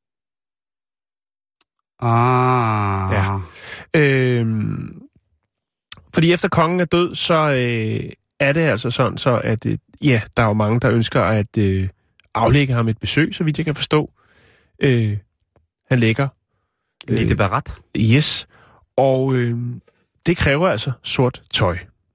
Ja. Fordi efter kongen er død, så er det altså sådan, så at der er jo mange, der ønsker at aflægge ham et besøg, så vidt jeg kan forstå. Han lægger Lille Barat. Yes. Og det kræver altså sort tøj.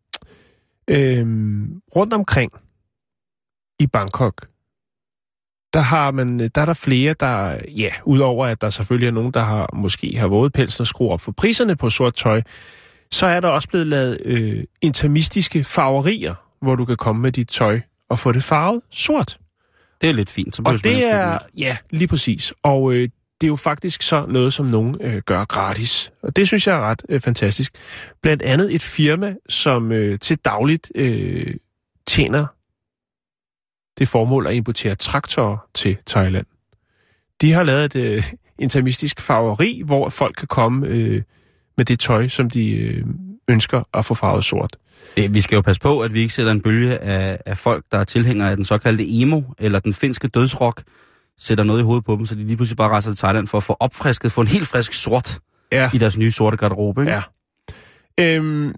Rundt omkring i Bangkok, der er der flere, der, udover at der selvfølgelig er nogen, der måske har vådepelsen og skruer op for priserne på sort tøj, så er der også blevet lavet intermistiske farverier, hvor du kan komme med dit tøj og få det farvet sort. Det er lidt fint. Så og det er, ja, lige præcis. Og det er jo faktisk så noget, som nogen gør gratis. Og det synes jeg er ret fantastisk. Blandt andet et firma, som til dagligt tjener det formål at importere traktorer til Thailand. De har lavet et interimistisk farveri, hvor folk kan komme med det tøj, som de ønsker at få farvet sort. Vi skal jo passe på, at vi ikke sætter en bølge af folk, der er tilhængere af den såkaldte emo, eller den finske dødsrock, sætter noget i hovedet på dem, så de lige pludselig bare rejser til Thailand for at få opfrisket, få en helt frisk sort i deres nye sorte garderobe. Ikke? Ja. Det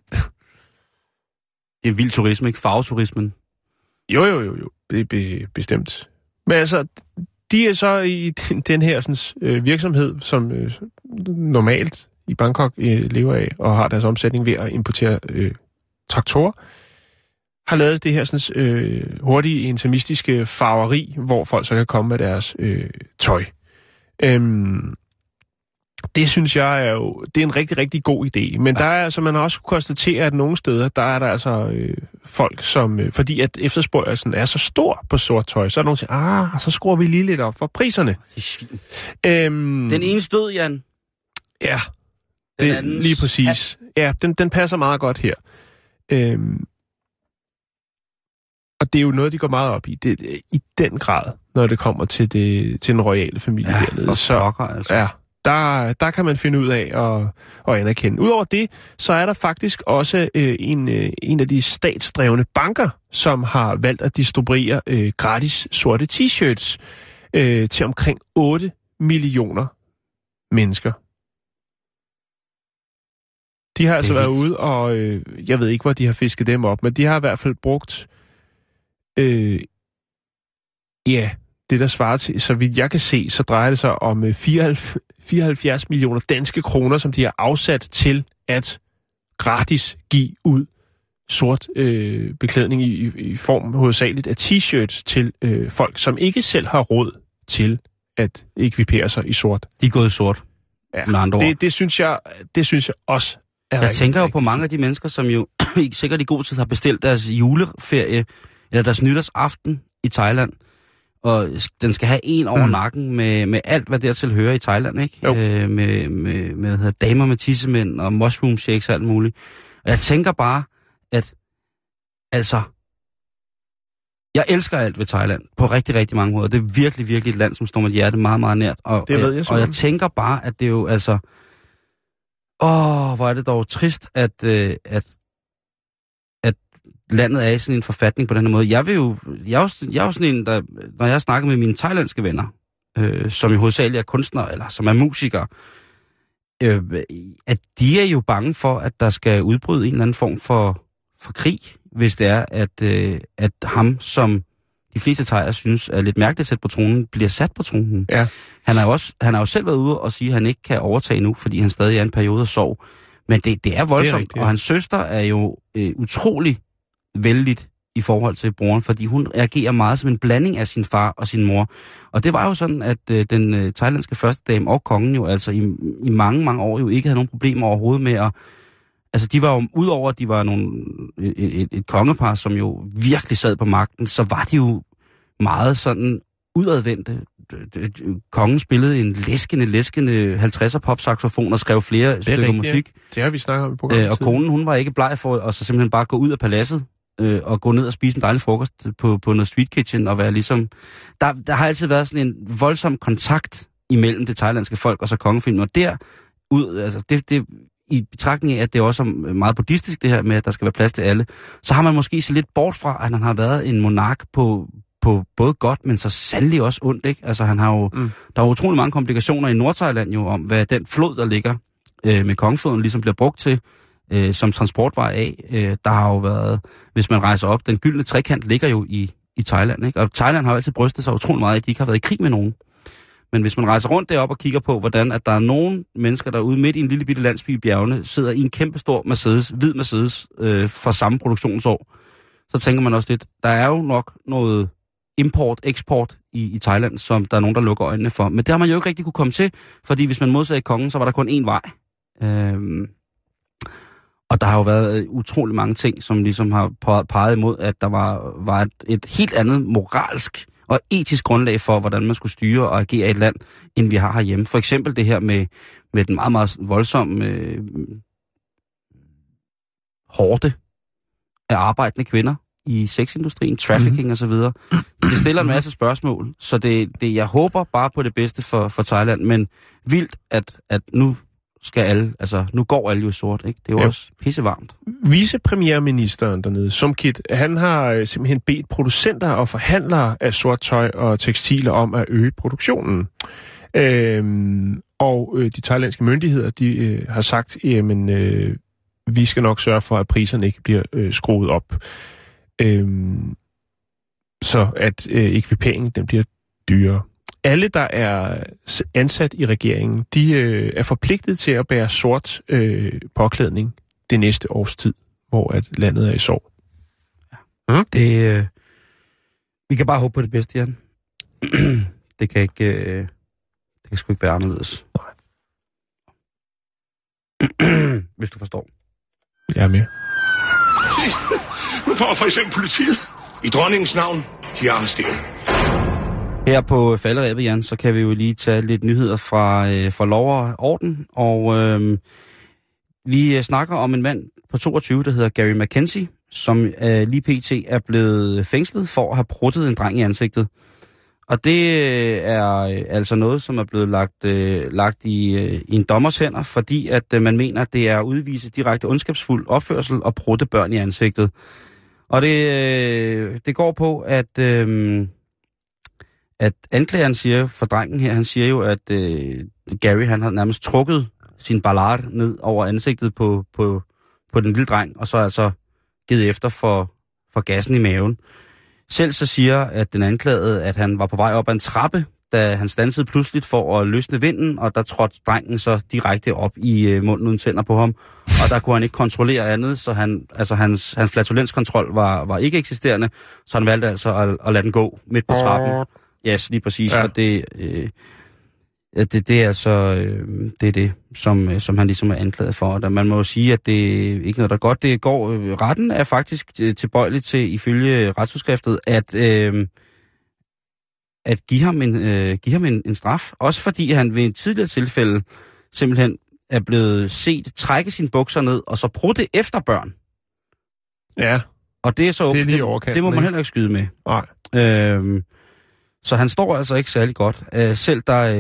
er vild turisme, ikke? Farveturismen. Jo. Det er bestemt. Men altså, de er så i den her sådan, virksomhed, som normalt i Bangkok lever af, og har deres omsætning ved at importere traktorer, har lavet det her sådan, hurtige interimistiske farveri, hvor folk så kan komme med deres tøj. Det synes jeg det er en rigtig, rigtig god idé. Men der er altså, man har også konstateret, at nogle steder, der er der altså folk, som, fordi at efterspørgslen er så stor på sort tøj, så er der nogen, der siger, så skruer vi lige lidt op for priserne. Den ene stød, Jan. Ja, det lige præcis. Ja, den passer meget godt her. Og det er jo noget, de går meget op i. Det, i den grad, når det kommer til den royale familie dernede. Så altså. Ja, der kan man finde ud af at anerkende. Udover det, så er der faktisk også en af de statsdrevne banker, som har valgt at distribuere gratis sorte t-shirts til omkring 8 millioner mennesker. De har altså været ude, og jeg ved ikke, hvor de har fisket dem op, men de har i hvert fald brugt det der svarer til, så vidt jeg kan se, så drejer det sig om 74 millioner danske kroner, som de har afsat til at gratis give ud sort beklædning i form hovedsageligt af t-shirts til folk, som ikke selv har råd til at ekvipere sig i sort. De er gået sort. Ja, med andre ord. Det synes jeg også er Jeg tænker jo på mange af de mennesker, som jo sikkert i god tid har bestilt deres juleferie eller deres nytårsaften i Thailand. Og den skal have en over nakken med alt, hvad dertil hører i Thailand, ikke? Med damer med tissemænd og mushroom shakes og alt muligt. Og jeg tænker bare, at altså, jeg elsker alt ved Thailand på rigtig, rigtig mange måder. Det er virkelig, virkelig et land, som står mit hjerte meget, meget nært. Og jeg tænker bare, at det er jo altså, hvor er det dog trist, at landet er i sådan en forfatning på den her måde. Jeg er jo sådan en, der, når jeg snakker med mine thailandske venner, som i hovedsageligt er kunstnere, eller som er musikere, at de er jo bange for, at der skal udbryde en eller anden form for krig, hvis det er, at ham, som de fleste thaier synes er lidt mærkeligt at sætte på tronen, bliver sat på tronen. Ja. Han har jo selv været ude og sige, at han ikke kan overtage nu, fordi han stadig er i en periode af sorg. Men det er voldsomt, og hans søster er jo utrolig vældigt i forhold til broren, fordi hun reagerer meget som en blanding af sin far og sin mor. Og det var jo sådan, at den thailandske førstedame og kongen jo altså i mange, mange år jo ikke havde nogen problemer overhovedet med at... Altså de var jo, udover at de var et kongepar, som jo virkelig sad på magten, så var de jo meget sådan udadvendte. Kongen spillede en læskende 50'er popsaxofon og skrev flere stykker musik. Det har vi snakket om i programmet. Og konen, hun var ikke bleg for at så simpelthen bare gå ud af paladset og gå ned og spise en dejlig frokost på noget street kitchen og være ligesom... Der har altid været sådan en voldsom kontakt imellem det thailandske folk og så kongefilmen. Og det i betragtning af, at det også er meget buddhistisk det her med, at der skal være plads til alle, så har man måske set lidt bort fra, at han har været en monark på både godt, men så sandelig også ondt, ikke? Altså han har jo... Der er utrolig mange komplikationer i Nordthailand jo om, hvad den flod, der ligger med kongefloden, ligesom bliver brugt til som transportvej af. Der har jo været, hvis man rejser op, den gyldne trekant ligger jo i Thailand, ikke? Og Thailand har jo altid brystet sig utrolig meget, at de ikke har været i krig med nogen. Men hvis man rejser rundt deroppe og kigger på, hvordan at der er nogle mennesker derude midt i en lille bitte landsby i bjergene, sidder i en kæmpe stor hvid Mercedes fra samme produktionsår, så tænker man også lidt, der er jo nok noget import-eksport i Thailand, som der er nogen, der lukker øjnene for. Men det har man jo ikke rigtig kunne komme til, fordi hvis man modsagde kongen, så var der kun én vej. Og der har jo været utrolig mange ting, som ligesom har peget imod, at der var et helt andet moralsk og etisk grundlag for, hvordan man skulle styre og agere i et land, end vi har herhjemme. For eksempel det her med den meget, meget voldsomme hårde af arbejdende kvinder i sexindustrien, trafficking osv. Det stiller en masse spørgsmål, så jeg håber bare på det bedste for Thailand, men vildt, at nu skal alle, altså nu går alle jo sort, ikke? Det er jo også pissevarmt. Vicepremierministeren dernede, Somkit, han har simpelthen bedt producenter og forhandlere af sort tøj og tekstiler om at øge produktionen. Og de thailandske myndigheder, de har sagt, jamen, vi skal nok sørge for, at priserne ikke bliver skruet op. Så at ekviperingen, den bliver dyrere. Alle, der er ansat i regeringen, de er forpligtet til at bære sort påklædning det næste års tid, hvor at landet er i sorg. Ja. Vi kan bare håbe på det bedste, Jan. Det kan sgu ikke være anderledes. Hvis du forstår. Jeg er med. Nu får for eksempel politiet i dronningens navn, de er arresteret. Her på falderæbet, Jan, så kan vi jo lige tage lidt nyheder fra lov og orden. Og vi snakker om en mand på 22, der hedder Gary McKenzie, som lige pt. Er blevet fængslet for at have bruttet en dreng i ansigtet. Og det er altså noget, som er blevet lagt i en dommers hænder, fordi at man mener, at det er at udvise direkte ondskabsfuld opførsel og brutte børn i ansigtet. Og det går på, at anklageren siger for drengen her, han siger jo, at Gary han har nærmest trukket sin ballard ned over ansigtet på den lille dreng, og så altså givet efter for gassen i maven. Selv så siger, at den anklagede, at han var på vej op ad en trappe, da han standsede pludseligt for at løsne vinden, og der trådte drengen så direkte op i munden uden tænder på ham, og der kunne han ikke kontrollere andet, så hans flatulenskontrol var ikke eksisterende, så han valgte altså at lade den gå midt på trappen. Ja, yes, lige præcis, ja. Og det er altså det, som han ligesom er anklaget for. Og man må jo sige, at det er ikke noget, der er godt. Det går, retten er faktisk tilbøjelig til, ifølge retsudskriftet, at give ham en straf. Også fordi han ved en tidligere tilfælde simpelthen er blevet set trække sine bukser ned, og så prutte efter børn. Ja, og det er så det er lige overkanten, det må man heller ikke skyde med. Nej. Så han står altså ikke særlig godt. Selv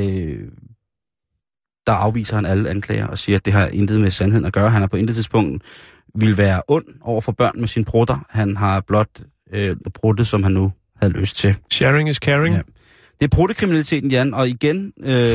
der afviser han alle anklager og siger, at det har intet med sandheden at gøre. Han er på intet tidspunkt vil være ond over for børn med sine prutter. Han har blot bruttet, som han nu havde lyst til. Sharing is caring. Ja. Det er pruttekriminaliteten, Jan, og igen,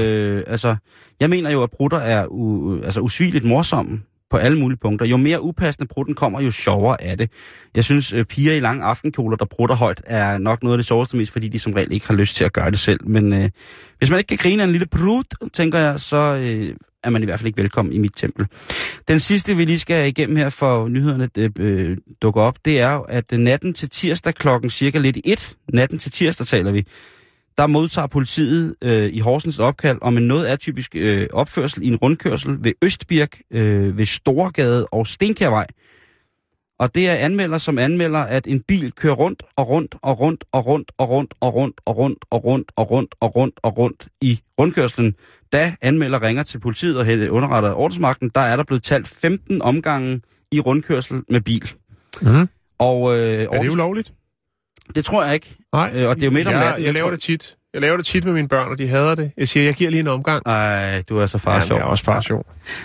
jeg mener jo, at prutter er usvigeligt morsomme på alle mulige punkter. Jo mere upassende prutten kommer, jo sjovere er det. Jeg synes, piger i lange aftenkjoler, der prutter højt, er nok noget af det sjoveste, mest fordi de som regel ikke har lyst til at gøre det selv. Men hvis man ikke kan grine af en lille prut, tænker jeg, så er man i hvert fald ikke velkommen i mit tempel. Den sidste, vi lige skal igennem her, for nyhederne dukker op, det er jo, at natten til tirsdag klokken cirka lidt i 1, natten til tirsdag taler vi, der modtager politiet i Horsens opkald om en noget atypisk opførsel i en rundkørsel ved Østbirk, ved Storegade og Stenkærvej. Og det er anmelder, som anmelder, at en bil kører rundt og rundt og rundt og rundt og rundt og rundt og rundt og rundt og rundt og rundt og rundt i rundkørslen. Da anmelder ringer til politiet og underretter ordensmagten, der er der blevet talt 15 omgange i rundkørsel med bil. Mm. Og, er det ulovligt? Det tror jeg ikke. Nej, og det er jo midt om natten. Jeg laver det tit. Jeg laver det tit med mine børn, og de hader det. Jeg siger, jeg giver lige en omgang. Ej, du er så far sjov. Jeg er også far sjov.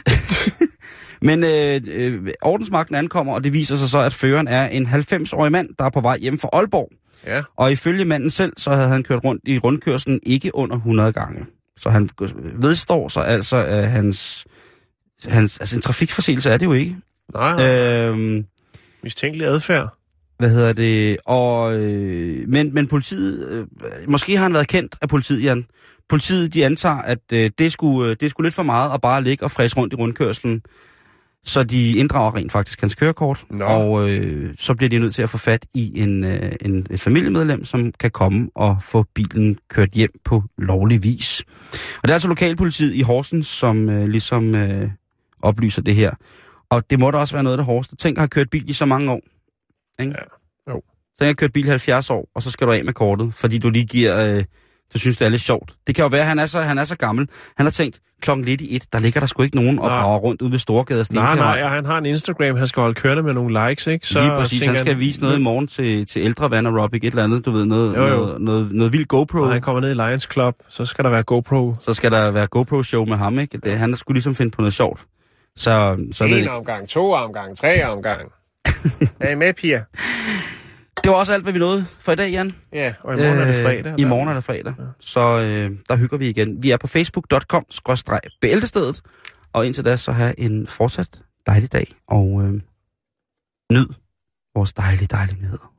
Men ordensmagten ankommer, og det viser sig så, at føreren er en 90-årig mand, der er på vej hjem fra Aalborg. Ja. Og ifølge manden selv, så havde han kørt rundt i rundkørslen ikke under 100 gange. Så han vedstår sig altså hans en trafikforseelse er det jo ikke. Nej. Mistænkelig adfærd. Hvad hedder det? Og men politiet, måske har han været kendt af politiet, Jan. Politiet, de antager, at det skulle lidt for meget at bare ligge og fræse rundt i rundkørslen, så de inddrager rent faktisk hans kørekort. Nå. Og så bliver de nødt til at få fat i en familiemedlem, som kan komme og få bilen kørt hjem på lovlig vis. Og det er altså lokalpolitiet i Horsens, som ligesom oplyser det her. Og det må da også være noget af det hårdeste. Tænk at have kørt bil i så mange år. Ikke? Ja. Jo. Så jeg har kørt bil 70 år, og så skal du af med kortet, fordi du lige giver... du synes, det er lidt sjovt. Det kan jo være, at han er så gammel. Han har tænkt, klokken lidt i 1, der ligger der sgu ikke nogen og brager rundt ude ved Storgade og Stenfjord. Nej, han har en Instagram, han skal holde kørende med nogle likes, ikke? Så lige præcis, han skal vise noget i morgen til ældre vand aerobic, et eller andet, du ved, noget vildt GoPro. Når han kommer ned i Lions Club, så skal der være GoPro. Så skal der være GoPro-show med ham, ikke? Han skulle ligesom finde på noget sjovt. Så 1 omgang, 2 omgang, 3 omgang. Er I med, piger? Det var også alt, hvad vi nåede for i dag, Jan. Ja, og i morgen er det fredag. I morgen er det fredag. Ja. Så der hygger vi igen. Vi er på facebook.com/bæltestedet. Og indtil da, så have en fortsat dejlig dag. Og nyd vores dejlige nyheder.